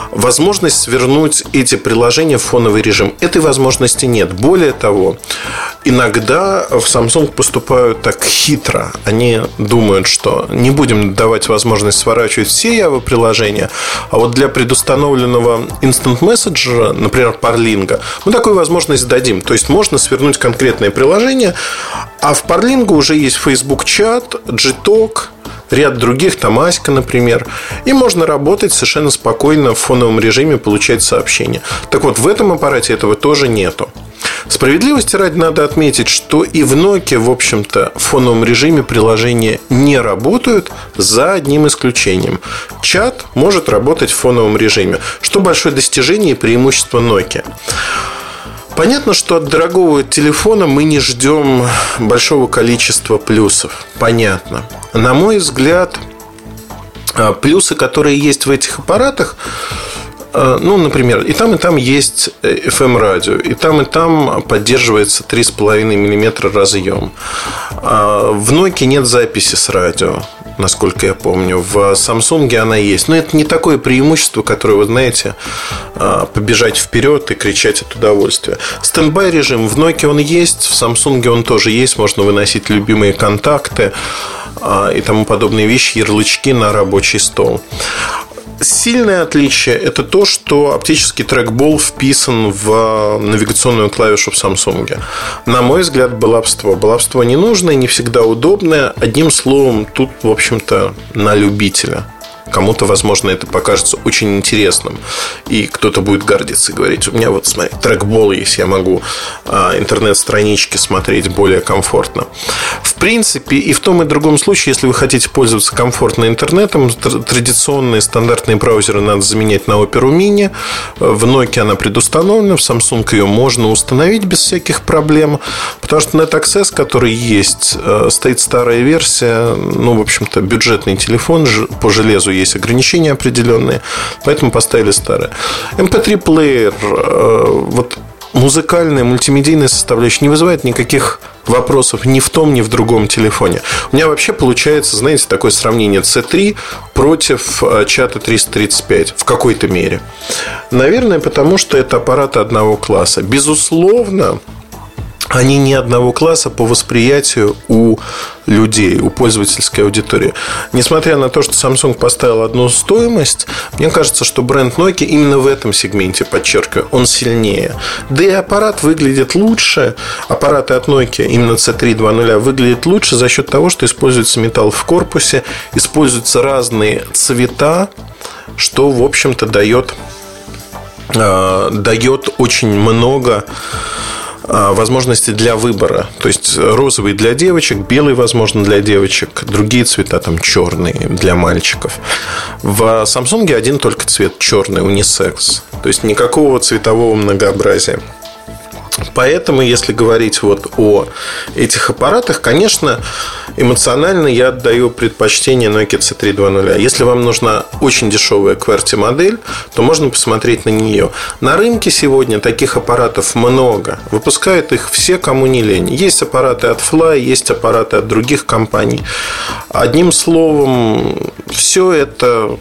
возможность свернуть эти приложения в фоновый режим. Этой возможности нет. Более того, иногда в Samsung поступают так хитро. Они думают, что не будем давать возможность сворачивать все Java-приложения, а вот для предустановленного Instant Messenger, например, Parling, мы такую возможность дадим. То есть можно свернуть конкретное приложение, а в Parling уже есть Facebook чат, Gtalk, ряд других, там Аська, например. И можно работать совершенно спокойно в фоновом режиме, получать сообщения. Так вот, в этом аппарате этого тоже нету. Справедливости ради надо отметить, что и в Nokia, в общем-то, в фоновом режиме приложения не работают, за одним исключением. Чат может работать в фоновом режиме, что большое достижение и преимущество Nokia. Понятно, что от дорогого телефона мы не ждем большого количества плюсов. Понятно. На мой взгляд, плюсы, которые есть в этих аппаратах, ну, например, и там, и там есть эф эм-радио, и там, и там поддерживается три с половиной миллиметра разъем. В Nokia нет записи с радио, насколько я помню. В Samsung она есть. Но это не такое преимущество, которое, вы знаете, побежать вперед и кричать от удовольствия. Стендбай режим в Nokia он есть, в Samsung он тоже есть. Можно выносить любимые контакты и тому подобные вещи, ярлычки на рабочий стол. Сильное отличие – это то, что оптический трекбол вписан в навигационную клавишу в Samsung. На мой взгляд, баловство. Баловство ненужное, не всегда удобное. Одним словом, тут, в общем-то, на любителя. Кому-то, возможно, это покажется очень интересным, и кто-то будет гордиться и говорить: у меня вот, смотри, трекбол есть, я могу а, интернет-странички смотреть более комфортно. В принципе, и в том и другом случае, если вы хотите пользоваться комфортно интернетом, традиционные стандартные браузеры надо заменять на Opera Mini. В Nokia она предустановлена, в Samsung ее можно установить без всяких проблем, потому что NetAccess, который есть, стоит старая версия, ну, в общем-то, бюджетный телефон, по железу есть ограничения определенные, поэтому поставили старое. эм пи три плеер, вот музыкальная, мультимедийная составляющая не вызывает никаких вопросов ни в том, ни в другом телефоне. У меня вообще получается, знаете, такое сравнение си три против чата триста тридцать пять в какой-то мере. Наверное, потому что это аппараты одного класса. Безусловно, они не одного класса по восприятию у людей, у пользовательской аудитории. Несмотря на то, что Samsung поставил одну стоимость, мне кажется, что бренд Nokia именно в этом сегменте, подчеркиваю, он сильнее. Да и аппарат выглядит лучше. Аппараты от Nokia, именно си три два ноль, выглядят лучше за счет того, что используется металл в корпусе, используются разные цвета, что, в общем-то, дает, э, дает очень много возможности для выбора. То есть розовый для девочек, белый, возможно, для девочек, другие цвета, там черные для мальчиков. В Samsung один только цвет черный, унисекс. То есть никакого цветового многообразия. Поэтому, если говорить вот о этих аппаратах, конечно, эмоционально я отдаю предпочтение Nokia си три два ноль. Если вам нужна очень дешевая QWERTY-модель, то можно посмотреть на нее. На рынке сегодня таких аппаратов много. Выпускают их все, кому не лень. Есть аппараты от Fly, есть аппараты от других компаний. Одним словом, все это...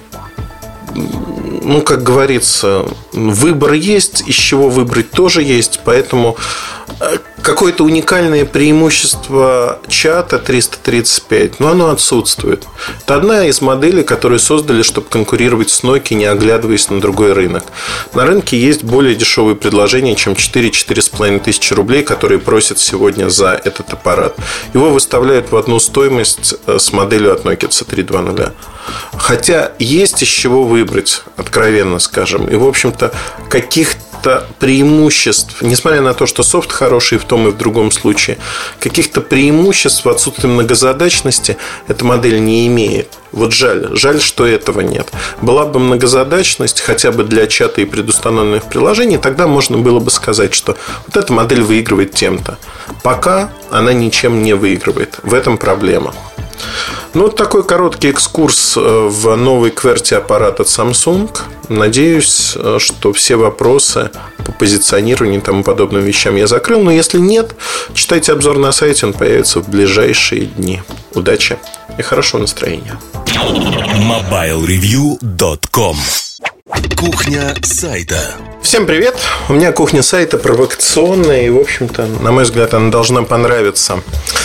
Ну, как говорится, выбор есть, из чего выбрать тоже есть. Поэтому какое-то уникальное преимущество чата триста тридцать пять, но оно отсутствует. Это одна из моделей, которые создали, чтобы конкурировать с Nokia, не оглядываясь на другой рынок. На рынке есть более дешевые предложения, чем четыре-четыре с половиной тысячи рублей, которые просят сегодня за этот аппарат. Его выставляют в одну стоимость с моделью от Nokia си три два ноль. Хотя есть из чего выбрать, откровенно скажем. И, в общем-то, каких-то преимуществ, несмотря на то, что софт хороший в том и в другом случае, каких-то преимуществ в отсутствии многозадачности эта модель не имеет. Вот жаль, жаль, что этого нет. Была бы многозадачность хотя бы для чата и предустановленных приложений, тогда можно было бы сказать, что вот эта модель выигрывает тем-то. Пока она ничем не выигрывает. В этом проблема. Ну, вот такой короткий экскурс в новый QWERTY аппарат от Samsung. Надеюсь, что все вопросы по позиционированию и тому подобным вещам я закрыл. Но если нет, читайте обзор на сайте, он появится в ближайшие дни. Удачи и хорошего настроения. мобайл ревью точка ком Кухня сайта. Всем привет! У меня кухня сайта провокационная, и, в общем-то, на мой взгляд, она должна понравиться.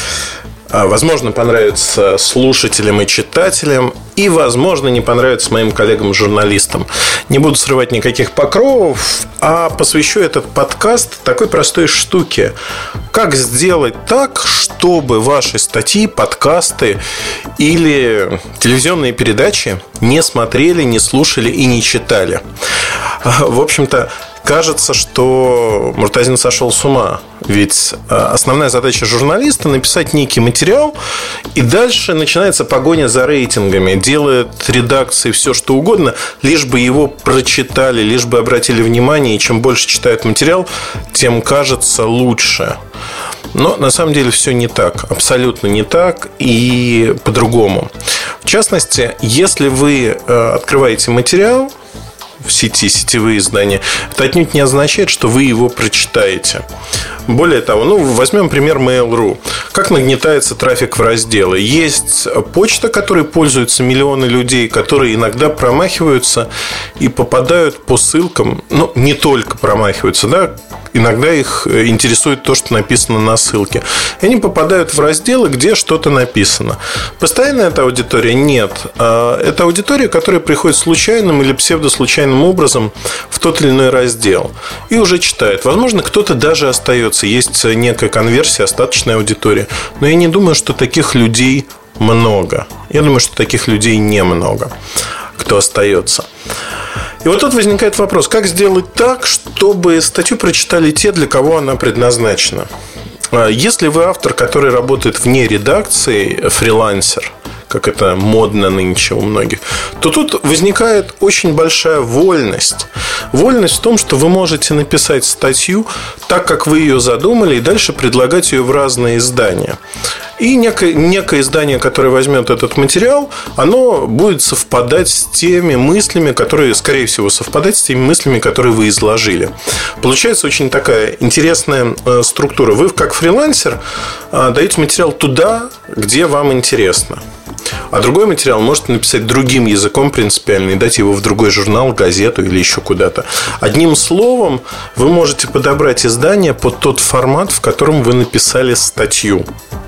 Возможно, понравится слушателям и читателям, и, возможно, не понравится моим коллегам-журналистам. Не буду срывать никаких покровов, а посвящу этот подкаст такой простой штуке. Как сделать так, чтобы ваши статьи, подкасты или телевизионные передачи не смотрели, не слушали и не читали. В общем-то, кажется, что Муртазин сошел с ума. Ведь основная задача журналиста — написать некий материал, и дальше начинается погоня за рейтингами. Делает редакции все, что угодно, лишь бы его прочитали, лишь бы обратили внимание. И чем больше читают материал, тем кажется лучше. Но на самом деле все не так. Абсолютно не так и по-другому. В частности, если вы открываете материал в сети, сетевые издания, это отнюдь не означает, что вы его прочитаете. Более того, ну, возьмем пример Mail точка ру. Как нагнетается трафик в разделы? Есть почта, которой пользуются миллионы людей, которые иногда промахиваются и попадают по ссылкам. Ну, не только промахиваются, да, иногда их интересует то, что написано на ссылке. И они попадают в разделы, где что-то написано. Постоянная эта аудитория? Нет. Это аудитория, которая приходит случайным или псевдослучайным образом в тот или иной раздел и уже читает. Возможно, кто-то даже остается. Есть некая конверсия, остаточная аудитория. Но я не думаю, что таких людей много. Я думаю, что таких людей немного, кто остается. И вот тут возникает вопрос: как сделать так, чтобы статью прочитали те, для кого она предназначена? Если вы автор, который работает вне редакции, фрилансер, как это модно нынче у многих, то тут возникает очень большая вольность. Вольность в том, что вы можете написать статью так, как вы ее задумали, и дальше предлагать ее в разные издания. И некое, некое издание, которое возьмет этот материал, оно будет совпадать с теми мыслями, которые, скорее всего, совпадать с теми мыслями, которые вы изложили. Получается очень такая интересная структура. Вы, как фрилансер, даете материал туда, где вам интересно. А другой материал можете написать другим языком принципиально и дать его в другой журнал, газету или еще куда-то. Одним словом, вы можете подобрать издание под тот формат, в котором вы написали статью.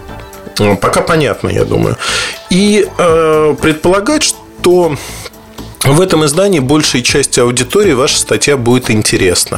Пока понятно, я думаю. И э, предполагать, что в этом издании большей части аудитории ваша статья будет интересна.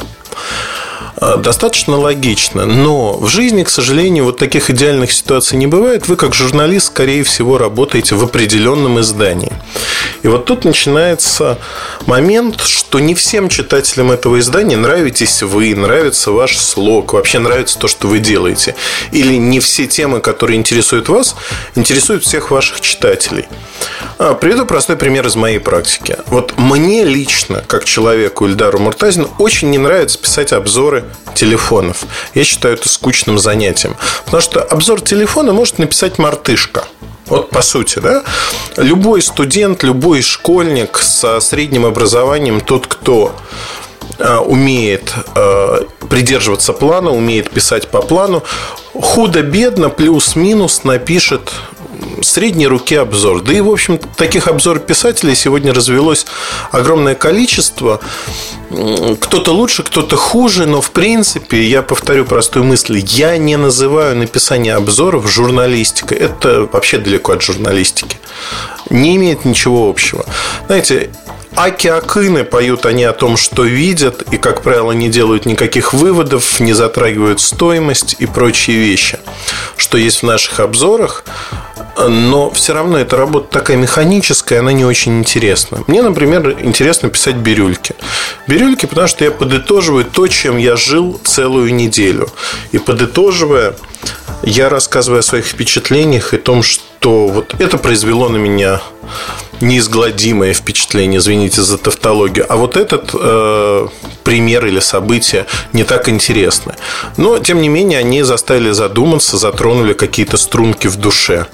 Достаточно логично. Но в жизни, к сожалению, вот таких идеальных ситуаций не бывает. Вы, как журналист, скорее всего, работаете в определенном издании. И вот тут начинается момент, что не всем читателям этого издания нравитесь вы, нравится ваш слог, вообще нравится то, что вы делаете. Или не все темы, которые интересуют вас, интересуют всех ваших читателей. Приведу простой пример из моей практики. Вот мне лично, как человеку, Ильдару Муртазину, очень не нравится писать обзоры телефонов. Я считаю это скучным занятием. Потому что обзор телефона может написать мартышка. Вот по сути, да? Любой студент, любой школьник со средним образованием, тот, кто умеет придерживаться плана, умеет писать по плану, худо-бедно, плюс-минус напишет средней руки обзор. Да и, в общем, таких обзор-писателей сегодня развелось огромное количество. Кто-то лучше, кто-то хуже. Но, в принципе, я повторю простую мысль: я не называю написание обзоров журналистикой. Это вообще далеко от журналистики. Не имеет ничего общего. Знаете, аки-акыны поют они о том, что видят, и, как правило, не делают никаких выводов, не затрагивают стоимость и прочие вещи, что есть в наших обзорах. Но все равно эта работа такая механическая, она не очень интересна. Мне, например, интересно писать бирюльки. Бирюльки, потому что я подытоживаю то, чем я жил целую неделю. И подытоживая, я рассказываю о своих впечатлениях и том, что вот это произвело на меня неизгладимое впечатление, извините за тавтологию. А вот этот э, пример или событие не так интересны. Но, тем не менее, они заставили задуматься, затронули какие-то струнки в душе,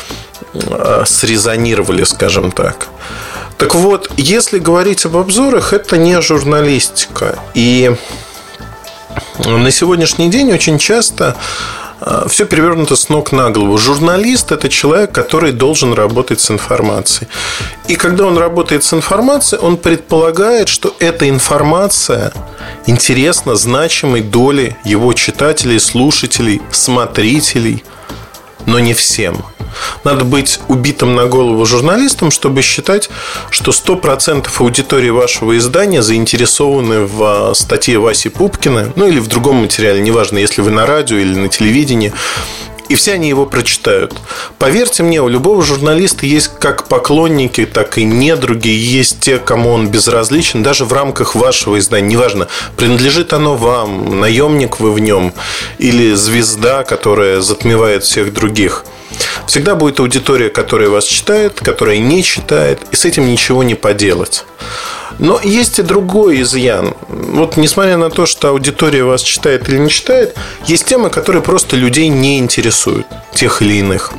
э, срезонировали, скажем так. Так вот, если говорить об обзорах, это не журналистика. И на сегодняшний день очень часто Все перевернуто с ног на голову. Журналист – это человек, который должен работать с информацией. И когда он работает с информацией, он предполагает, что эта информация интересна значимой доле его читателей, слушателей, смотрителей, но не всем. Надо быть убитым на голову журналистом, чтобы считать, что сто процентов аудитории вашего издания заинтересованы в статье Васи Пупкина, ну или в другом материале, неважно, если вы на радио или на телевидении, и все они его прочитают. Поверьте мне, у любого журналиста есть как поклонники, так и недруги, есть те, кому он безразличен, даже в рамках вашего издания. Неважно, принадлежит оно вам, наемник вы в нем или звезда, которая затмевает всех других. Всегда будет аудитория, которая вас читает, которая не читает, и с этим ничего не поделать. Но есть и другой изъян. Вот несмотря на то, что аудитория вас читает или не читает, есть темы, которые просто людей не интересуют, тех или иных.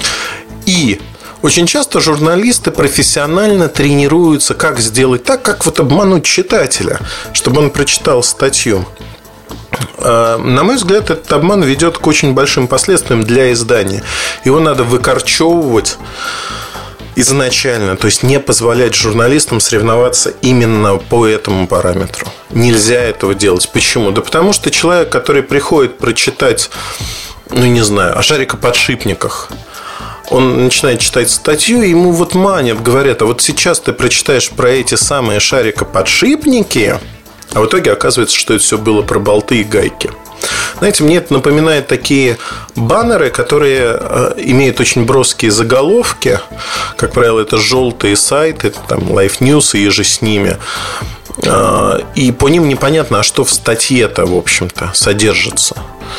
И очень часто журналисты профессионально тренируются, как сделать так, как вот обмануть читателя, чтобы он прочитал статью. На мой взгляд, этот обман ведет к очень большим последствиям для издания. Его надо выкорчевывать изначально, то есть не позволять журналистам соревноваться именно по этому параметру. Нельзя этого делать. Почему? Да потому что человек, который приходит прочитать, ну не знаю, о шарикоподшипниках, он начинает читать статью, и ему вот манят, говорят: а вот сейчас ты прочитаешь про эти самые шарикоподшипники, а в итоге оказывается, что это все было про болты и гайки. Знаете, мне это напоминает такие баннеры, которые э, имеют очень броские заголовки. Как правило, это желтые сайты, там Life News и еже с ними. Э, и по ним непонятно, а что в статье-то, в общем-то, содержится.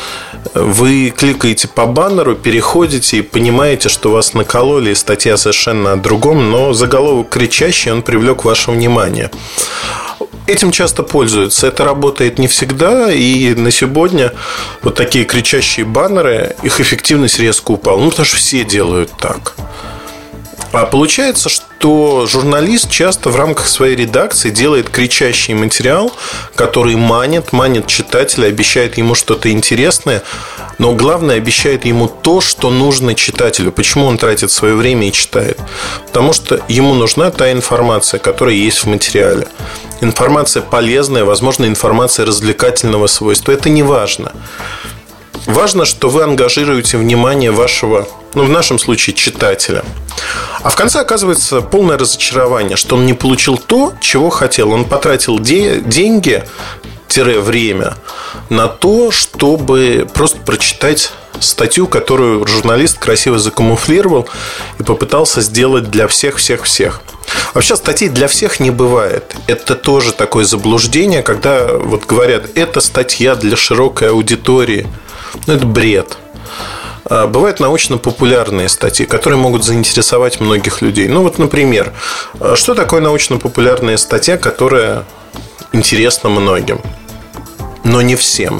Вы кликаете по баннеру, переходите и понимаете, что вас накололи, и статья совершенно о другом, но заголовок кричащий, он привлек ваше внимание. Этим часто пользуются. Это работает не всегда. И на сегодня вот такие кричащие баннеры, их эффективность резко упала. Ну, потому что все делают так. А получается, что журналист часто в рамках своей редакции делает кричащий материал, который манит, манит читателя, обещает ему что-то интересное, но главное, обещает ему то, что нужно читателю. Почему он тратит свое время и читает? Потому что ему нужна та информация, которая есть в материале. Информация полезная, возможно, информация развлекательного свойства. Это не важно. Важно, что вы ангажируете внимание вашего, ну, в нашем случае, читателя. А в конце оказывается полное разочарование, что он не получил то, чего хотел. Он потратил де- деньги, время на то, чтобы просто прочитать статью, которую журналист красиво закамуфлировал и попытался сделать для всех-всех-всех. Вообще статей для всех не бывает. Это тоже такое заблуждение, когда вот говорят: это статья для широкой аудитории. Ну, это бред. Бывают научно-популярные статьи, которые могут заинтересовать многих людей. Ну, вот, например, что такое научно-популярная статья, которая интересна многим, но не всем?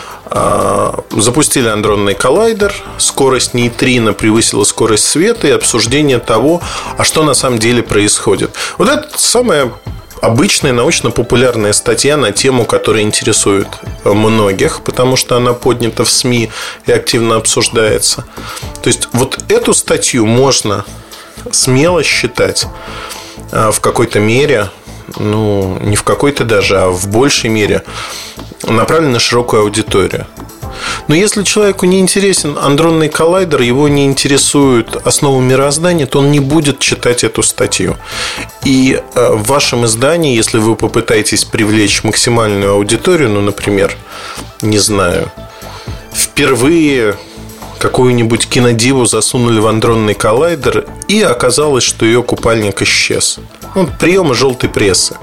Запустили адронный коллайдер, скорость нейтрино превысила скорость света, и обсуждение того, а что на самом деле происходит. Вот это самая обычная научно-популярная статья на тему, которая интересует многих, потому что она поднята в СМИ и активно обсуждается. То есть вот эту статью можно смело считать в какой-то мере, ну, не в какой-то даже, а в большей мере направлена на широкую аудиторию. Но если человеку не интересен адронный коллайдер, его не интересует основа мироздания, то он не будет читать эту статью. И в вашем издании, если вы попытаетесь привлечь максимальную аудиторию, ну, например, не знаю, впервые какую-нибудь кинодиву засунули в адронный коллайдер, и оказалось, что ее купальник исчез. Ну, приемы желтой прессы.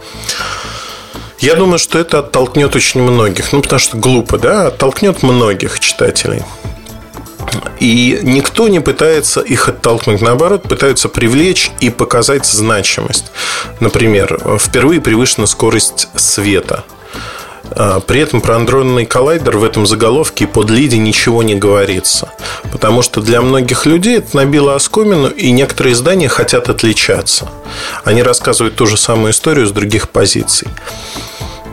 Я думаю, что это оттолкнет очень многих. Ну, потому что глупо, да? Оттолкнет многих читателей. И никто не пытается их оттолкнуть. Наоборот, пытаются привлечь и показать значимость. Например, впервые превышена скорость света. При этом про адронный коллайдер в этом заголовке и под лиде ничего не говорится. Потому что для многих людей это набило оскомину, и некоторые издания хотят отличаться. Они рассказывают ту же самую историю с других позиций.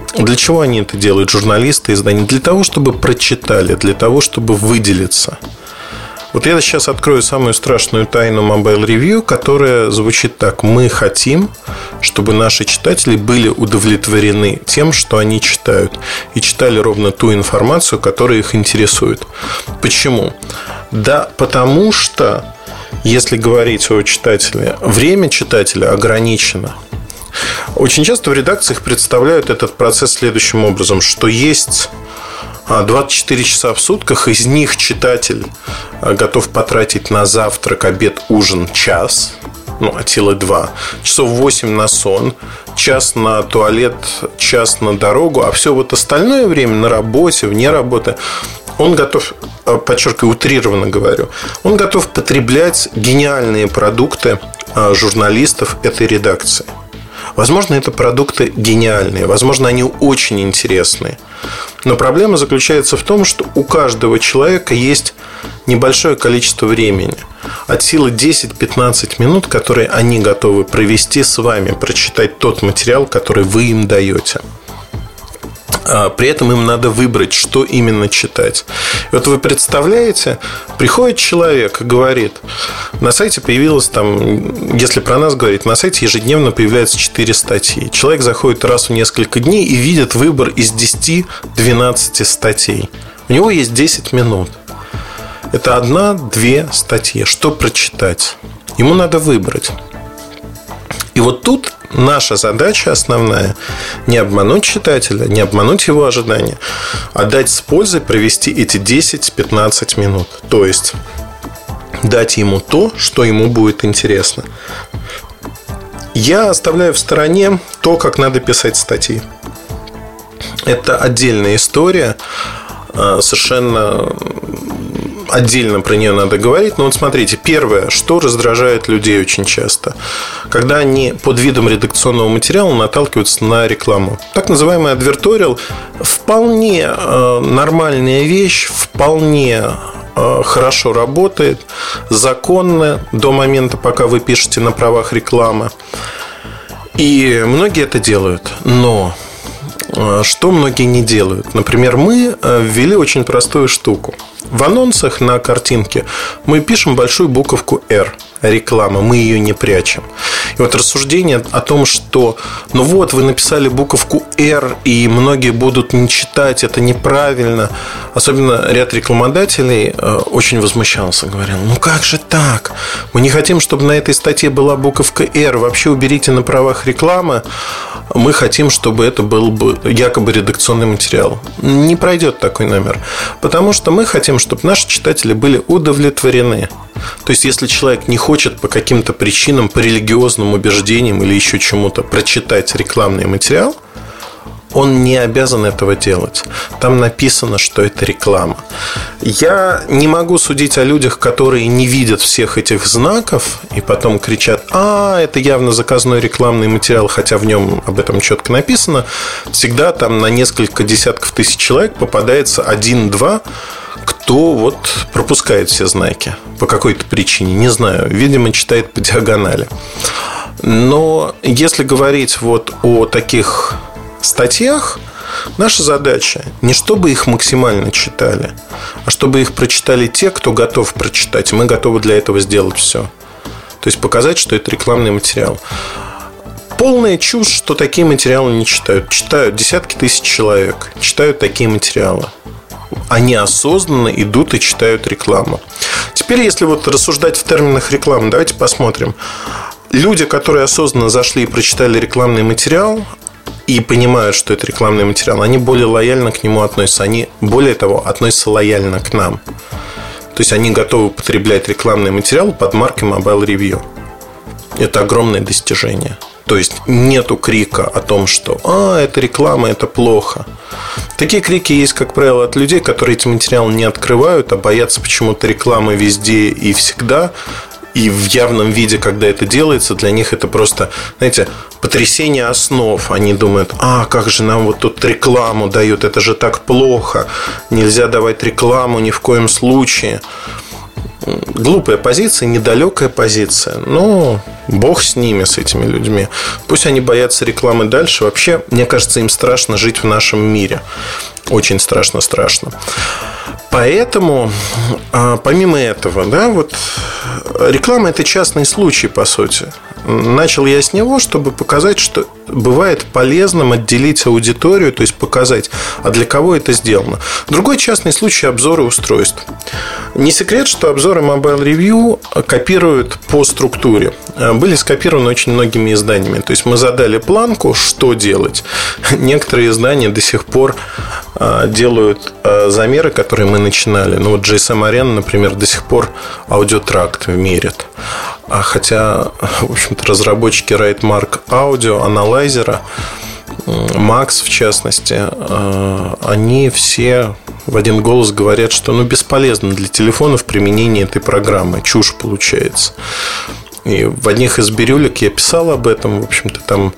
Для чего они это делают, журналисты, издания? Для того, чтобы прочитали, для того, чтобы выделиться. Вот я сейчас открою самую страшную тайну Mobile Review, которая звучит так: мы хотим, чтобы наши читатели были удовлетворены тем, что они читают, и читали ровно ту информацию, которая их интересует. Почему? Да потому что, если говорить о читателе, время читателя ограничено. Очень часто в редакциях представляют этот процесс следующим образом, что есть двадцать четыре часа в сутках, из них читатель готов потратить на завтрак, обед, ужин час, ну, от силы два, часов восемь на сон, час на туалет, час на дорогу, а все вот остальное время на работе, вне работы он готов, подчеркиваю, утрированно говорю, он готов потреблять гениальные продукты журналистов этой редакции. Возможно, это продукты гениальные, возможно, они очень интересные. Но проблема заключается в том, что у каждого человека есть небольшое количество времени, от силы десять-пятнадцать минут, которые они готовы провести с вами, прочитать тот материал, который вы им даете. При этом им надо выбрать, что именно читать. И вот вы представляете, приходит человек и говорит: на сайте появилось там, если про нас говорить, на сайте ежедневно появляется четыре статьи. Человек заходит раз в несколько дней и видит выбор из десяти-двенадцати статей. У него есть десять минут. Это одна-две статьи. Что прочитать? Ему надо выбрать. И вот тут наша задача основная — не обмануть читателя, не обмануть его ожидания, а дать с пользой провести эти десять-пятнадцать минут. То есть дать ему то, что ему будет интересно. Я оставляю в стороне то, как надо писать статьи. Это отдельная история, совершенно отдельно про нее надо говорить. Но вот смотрите, первое, что раздражает людей очень часто, когда они под видом редакционного материала наталкиваются на рекламу. Так называемый адверториал вполне э, нормальная вещь, вполне э, хорошо работает, законно до момента, пока вы пишете на правах рекламы. И многие это делают. Но что многие не делают? Например, мы ввели очень простую штуку. В анонсах на картинке мы пишем большую буковку «Р». Реклама, мы ее не прячем. И вот рассуждение о том, что ну вот, вы написали буковку «Р», и многие будут не читать, это неправильно. Особенно ряд рекламодателей очень возмущался, говорил: ну как же так? Мы не хотим, чтобы на этой статье была буковка «Р». Вообще уберите на правах рекламы. Мы хотим, чтобы это был бы якобы редакционный материал. Не пройдет такой номер. Потому что мы хотим, чтобы наши читатели были удовлетворены. То есть, если человек не хочет по каким-то причинам, по религиозным убеждениям или еще чему-то прочитать рекламный материал, он не обязан этого делать. Там написано, что это реклама. Я не могу судить о людях, которые не видят всех этих знаков и потом кричат: а, это явно заказной рекламный материал, хотя в нем об этом четко написано. Всегда там на несколько десятков тысяч человек попадается один-два, кто вот пропускает все знаки по какой-то причине, не знаю, видимо, читает по диагонали. Но если говорить вот о таких статьях, наша задача не чтобы их максимально читали, а чтобы их прочитали те, кто готов прочитать. Мы готовы для этого сделать все. То есть показать, что это рекламный материал. Полная чушь, что такие материалы не читают. Читают десятки тысяч человек, читают такие материалы. Они осознанно идут и читают рекламу. Теперь, если вот рассуждать в терминах рекламы, давайте посмотрим. Люди, которые осознанно зашли и прочитали рекламный материал и понимают, что это рекламный материал, они более лояльно к нему относятся. Они, более того, относятся лояльно к нам. То есть они готовы потреблять рекламный материал под маркой Mobile Review. Это огромное достижение. То есть нету крика о том, что «а, это реклама, это плохо». Такие крики есть, как правило, от людей, которые эти материалы не открывают, а боятся почему-то рекламы везде и всегда. И в явном виде, когда это делается, для них это просто, знаете, потрясение основ. Они думают: а, как же нам вот тут рекламу дают, это же так плохо, нельзя давать рекламу ни в коем случае. Глупая позиция, недалекая позиция. Но бог с ними, с этими людьми. Пусть они боятся рекламы дальше. Вообще, мне кажется, им страшно жить в нашем мире. Очень страшно-страшно. Поэтому, помимо этого, да, вот реклама – это частный случай, по сути. Начал я с него, чтобы показать, что бывает полезным отделить аудиторию, то есть показать, а для кого это сделано. Другой частный случай – обзоры устройств. Не секрет, что обзоры Mobile Review копируют по структуре. Были скопированы очень многими изданиями. То есть мы задали планку, что делать. Некоторые издания до сих пор делают замеры, которые мы начинали. Ну вот джи эс эм Arena, например, до сих пор аудиотракт мерит. А хотя, в общем-то, разработчики RightMark Audio, аналайзера, Max в частности, они все в один голос говорят, что ну, бесполезно для телефонов применение этой программы. Чушь получается. И в одних из бирюлек я писал об этом. В общем-то, там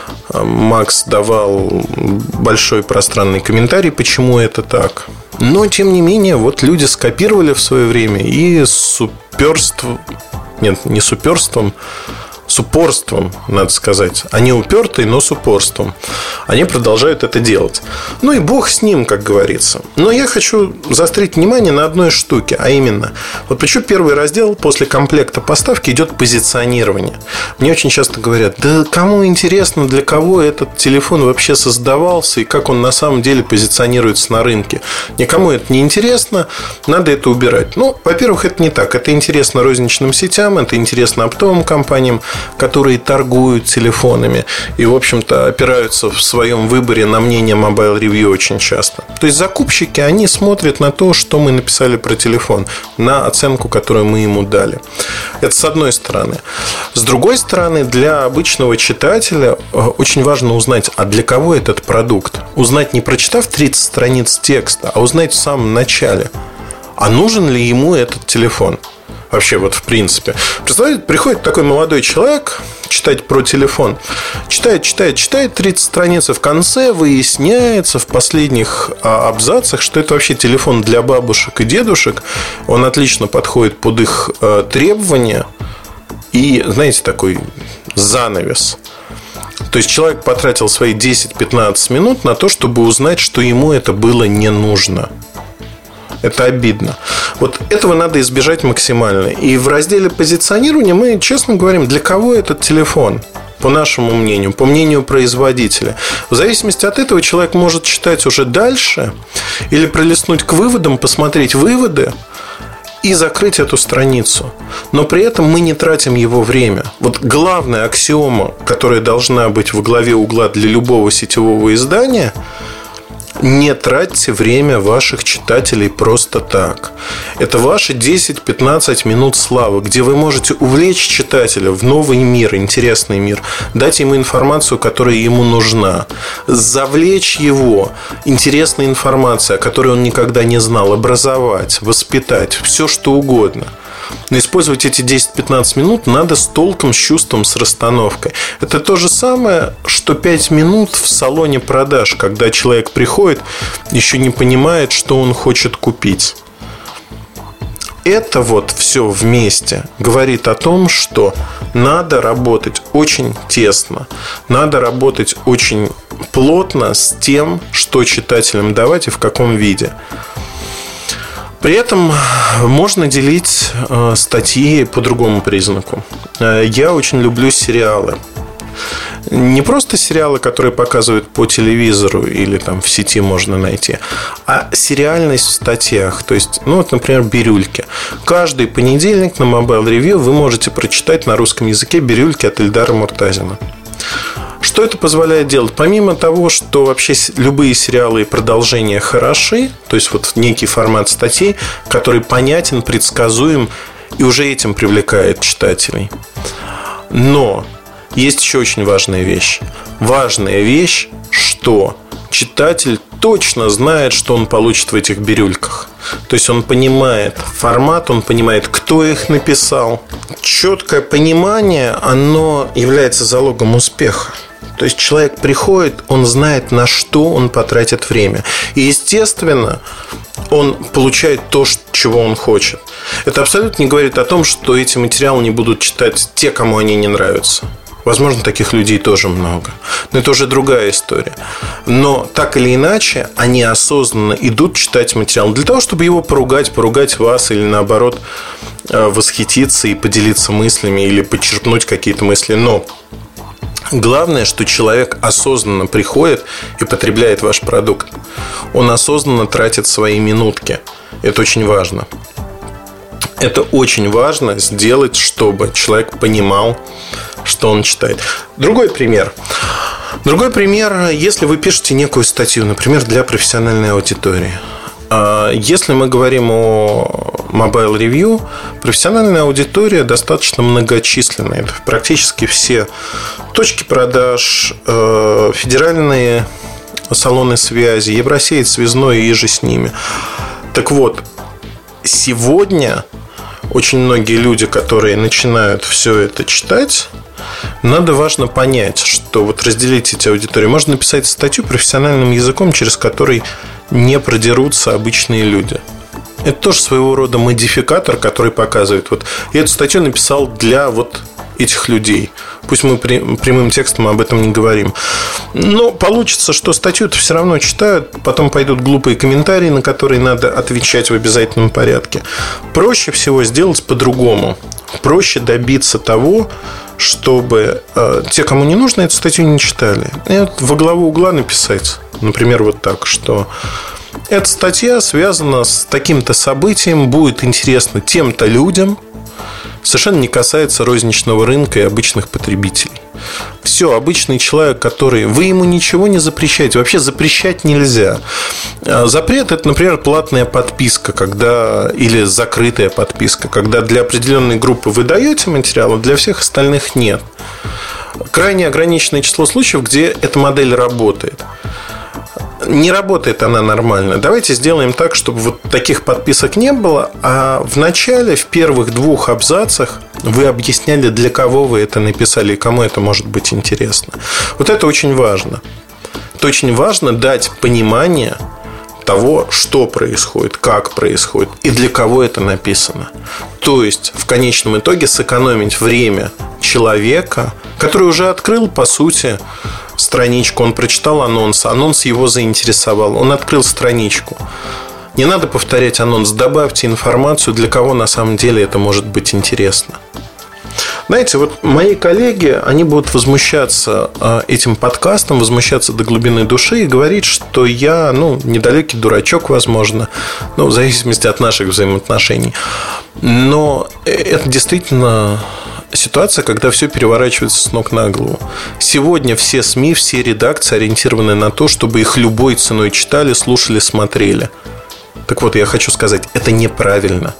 Макс давал большой пространный комментарий, почему это так. Но, тем не менее, вот люди скопировали в свое время и с уперством... Нет, не с уперством, с упорством, надо сказать. Они упертые, но с упорством. Они продолжают это делать. Ну и бог с ним, как говорится. Но я хочу заострить внимание на одной штуке. А именно, вот почему первый раздел после комплекта поставки идет позиционирование. Мне очень часто говорят: да кому интересно, для кого этот телефон вообще создавался и как он на самом деле позиционируется на рынке. Никому это не интересно, надо это убирать. Ну, во-первых, это не так. Это интересно розничным сетям, это интересно оптовым компаниям, которые торгуют телефонами и, в общем-то, опираются в своем выборе на мнение Mobile Review очень часто. То есть закупщики, они смотрят на то, что мы написали про телефон, на оценку, которую мы ему дали. Это с одной стороны. С другой стороны, для обычного читателя очень важно узнать, а для кого этот продукт. Узнать, не прочитав тридцать страниц текста, а узнать в самом начале, а нужен ли ему этот телефон. Вообще, вот в принципе. Представляете, приходит такой молодой человек читать про телефон. Читает, читает, читает тридцать страниц, и в конце выясняется в последних абзацах, что это вообще телефон для бабушек и дедушек. Он отлично подходит под их требования. И, знаете, такой занавес. То есть человек потратил свои десять-пятнадцать минут на то, чтобы узнать, что ему это было не нужно. Это обидно. Вот этого надо избежать максимально. И в разделе позиционирования мы честно говорим, для кого этот телефон, по нашему мнению, по мнению производителя. В зависимости от этого человек может читать уже дальше или пролистнуть к выводам, посмотреть выводы и закрыть эту страницу. Но при этом мы не тратим его время. Вот главная аксиома, которая должна быть во главе угла для любого сетевого издания: не тратьте время ваших читателей просто так. Это ваши десять-пятнадцать минут славы, где вы можете увлечь читателя в новый мир, интересный мир, дать ему информацию, которая ему нужна, завлечь его интересной информацией, о которой он никогда не знал, образовать, воспитать, все что угодно. Но использовать эти десять-пятнадцать минут надо с толком, с чувством, с расстановкой. Это то же самое, что пять минут в салоне продаж, когда человек приходит, еще не понимает, что он хочет купить. Это вот все вместе говорит о том, что надо работать очень тесно, надо работать очень плотно с тем, что читателям давать и в каком виде. При этом можно делить э, статьи по другому признаку. Э, я очень люблю сериалы. Не просто сериалы, которые показывают по телевизору или там в сети можно найти, а сериальность в статьях. То есть, ну вот, например, бирюльки. Каждый понедельник на Mobile Review вы можете прочитать на русском языке бирюльки от Эльдара Муртазина. Что это позволяет делать? Помимо того, что вообще любые сериалы и продолжения хороши, то есть вот некий формат статей, который понятен, предсказуем и уже этим привлекает читателей. Но есть еще очень важная вещь. Важная вещь, что читатель точно знает, что он получит в этих бирюльках. То есть он понимает формат, он понимает, кто их написал. Четкое понимание, оно является залогом успеха. То есть человек приходит, он знает, на что он потратит время. И, естественно, он получает то, чего он хочет. Это абсолютно не говорит о том, что эти материалы не будут читать те, кому они не нравятся. Возможно, таких людей тоже много. Но это уже другая история. Но так или иначе, они осознанно идут читать материал для того, чтобы его поругать, поругать вас или наоборот восхититься и поделиться мыслями или подчерпнуть какие-то мысли. Но главное, что человек осознанно приходит и потребляет ваш продукт. Он осознанно тратит свои минутки. Это очень важно. Это очень важно сделать, чтобы человек понимал, что он читает. Другой пример. Другой пример, если вы пишете некую статью, например, для профессиональной аудитории. Если мы говорим о Mobile Review, профессиональная аудитория достаточно многочисленная. Это практически все точки продаж, федеральные салоны связи, Евросеть, Связной и иже с ними. Так вот, сегодня очень многие люди, которые начинают все это читать, надо важно понять, что вот разделить эти аудитории. Можно написать статью профессиональным языком, через который не продерутся обычные люди. Это тоже своего рода модификатор, который показывает. Вот я эту статью написал для вот этих людей. Пусть мы прямым текстом об этом не говорим. Но получится, что статью-то все равно читают. Потом пойдут глупые комментарии, на которые надо отвечать в обязательном порядке. Проще всего сделать по-другому. Проще добиться того, чтобы э, те, кому не нужно, эту статью не читали. И вот во главу угла написать. Например, вот так, что эта статья связана с таким-то событием, будет интересна тем-то людям, совершенно не касается розничного рынка и обычных потребителей. Все, обычный человек, который... Вы ему ничего не запрещаете. Вообще запрещать нельзя. Запрет – это, например, платная подписка, когда... или закрытая подписка, когда для определенной группы вы даете материал, а для всех остальных нет. Крайне ограниченное число случаев, где эта модель работает. Не работает она нормально. Давайте сделаем так, чтобы вот таких подписок не было. А в начале, в первых двух абзацах вы объясняли, для кого вы это написали и кому это может быть интересно. Вот это очень важно. Это очень важно дать понимание того, что происходит, как происходит и для кого это написано. То есть, в конечном итоге сэкономить время человека, который уже открыл, по сути, страничку, он прочитал анонс, анонс его заинтересовал, он открыл страничку. Не надо повторять анонс, добавьте информацию, для кого на самом деле это может быть интересно. Знаете, вот мои коллеги, они будут возмущаться этим подкастом, возмущаться до глубины души и говорить, что я, ну, недалекий дурачок, возможно, ну, в зависимости от наших взаимоотношений. Но это действительно ситуация, когда все переворачивается с ног на голову. Сегодня все СМИ, все редакции ориентированы на то, чтобы их любой ценой читали, слушали, смотрели. Так вот, я хочу сказать, это неправильно.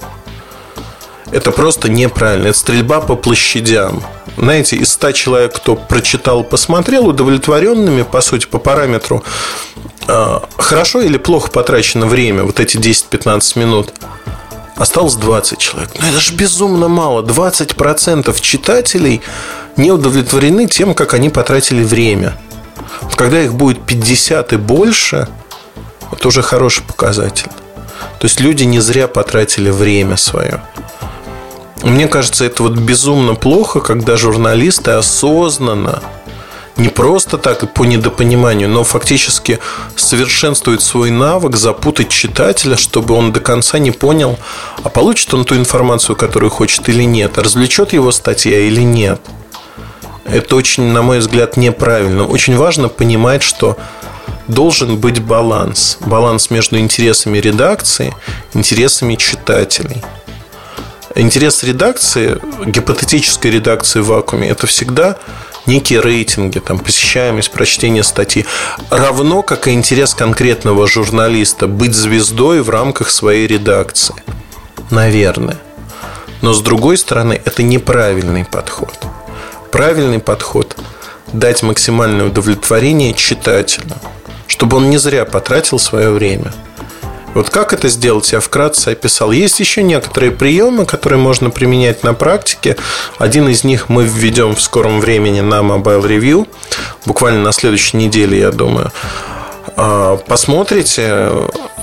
Это просто неправильно. Это стрельба по площадям. Знаете, из ста человек, кто прочитал, посмотрел, удовлетворенными, по сути, по параметру хорошо или плохо потрачено время, вот эти десять-пятнадцать минут, осталось двадцать человек. Но это же безумно мало. двадцать процентов читателей не удовлетворены тем, как они потратили время. Когда их будет пятьдесят и больше, это уже хороший показатель. То есть люди не зря потратили время свое. Мне кажется, это вот безумно плохо, когда журналисты осознанно, не просто так и по недопониманию, но фактически совершенствуют свой навык запутать читателя, чтобы он до конца не понял, а получит он ту информацию, которую хочет или нет, развлечет его статья или нет. Это очень, на мой взгляд, неправильно. Очень важно понимать, что должен быть баланс. Баланс между интересами редакции и интересами читателей. Интерес редакции, гипотетической редакции в вакууме, это всегда некие рейтинги, там, посещаемость, прочтение статьи. Равно как и интерес конкретного журналиста быть звездой в рамках своей редакции. Наверное. Но с другой стороны, это неправильный подход. Правильный подход – дать максимальное удовлетворение читателю, чтобы он не зря потратил свое время. Вот как это сделать, я вкратце описал. Есть еще некоторые приемы, которые можно применять на практике. Один из них мы введем в скором времени на Mobile Review. Буквально на следующей неделе, я думаю. Посмотрите.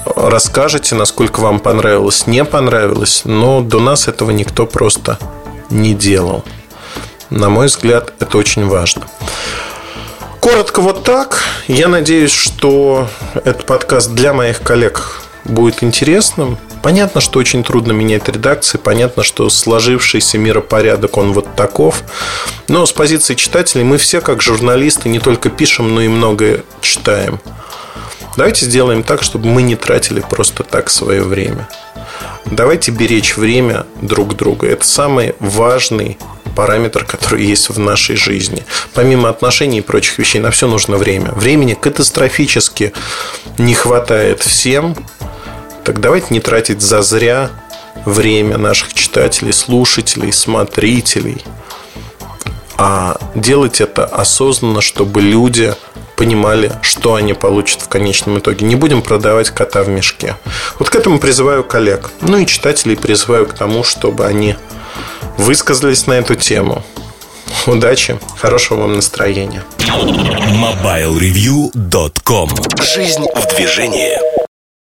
расскажете, насколько вам понравилось, не понравилось. Но до нас этого никто просто не делал. На мой взгляд, это очень важно. Коротко вот так. Я надеюсь, что этот подкаст для моих коллег будет интересным. Понятно, что очень трудно менять редакции. Понятно, что сложившийся миропорядок, он вот таков. Но с позиции читателей мы все, как журналисты, не только пишем, но и многое читаем. Давайте сделаем так, чтобы мы не тратили просто так свое время. Давайте беречь время друг друга. Это самый важный параметр, который есть в нашей жизни. Помимо отношений и прочих вещей, на все нужно время. Времени катастрофически не хватает всем. Так давайте не тратить зазря время наших читателей, слушателей, смотрителей, а делать это осознанно, чтобы люди понимали, что они получат в конечном итоге. Не будем продавать кота в мешке. Вот к этому призываю коллег. Ну и читателей призываю к тому, чтобы они высказались на эту тему. Удачи, хорошего вам настроения. мобайл ревью точка ком. Жизнь в движении.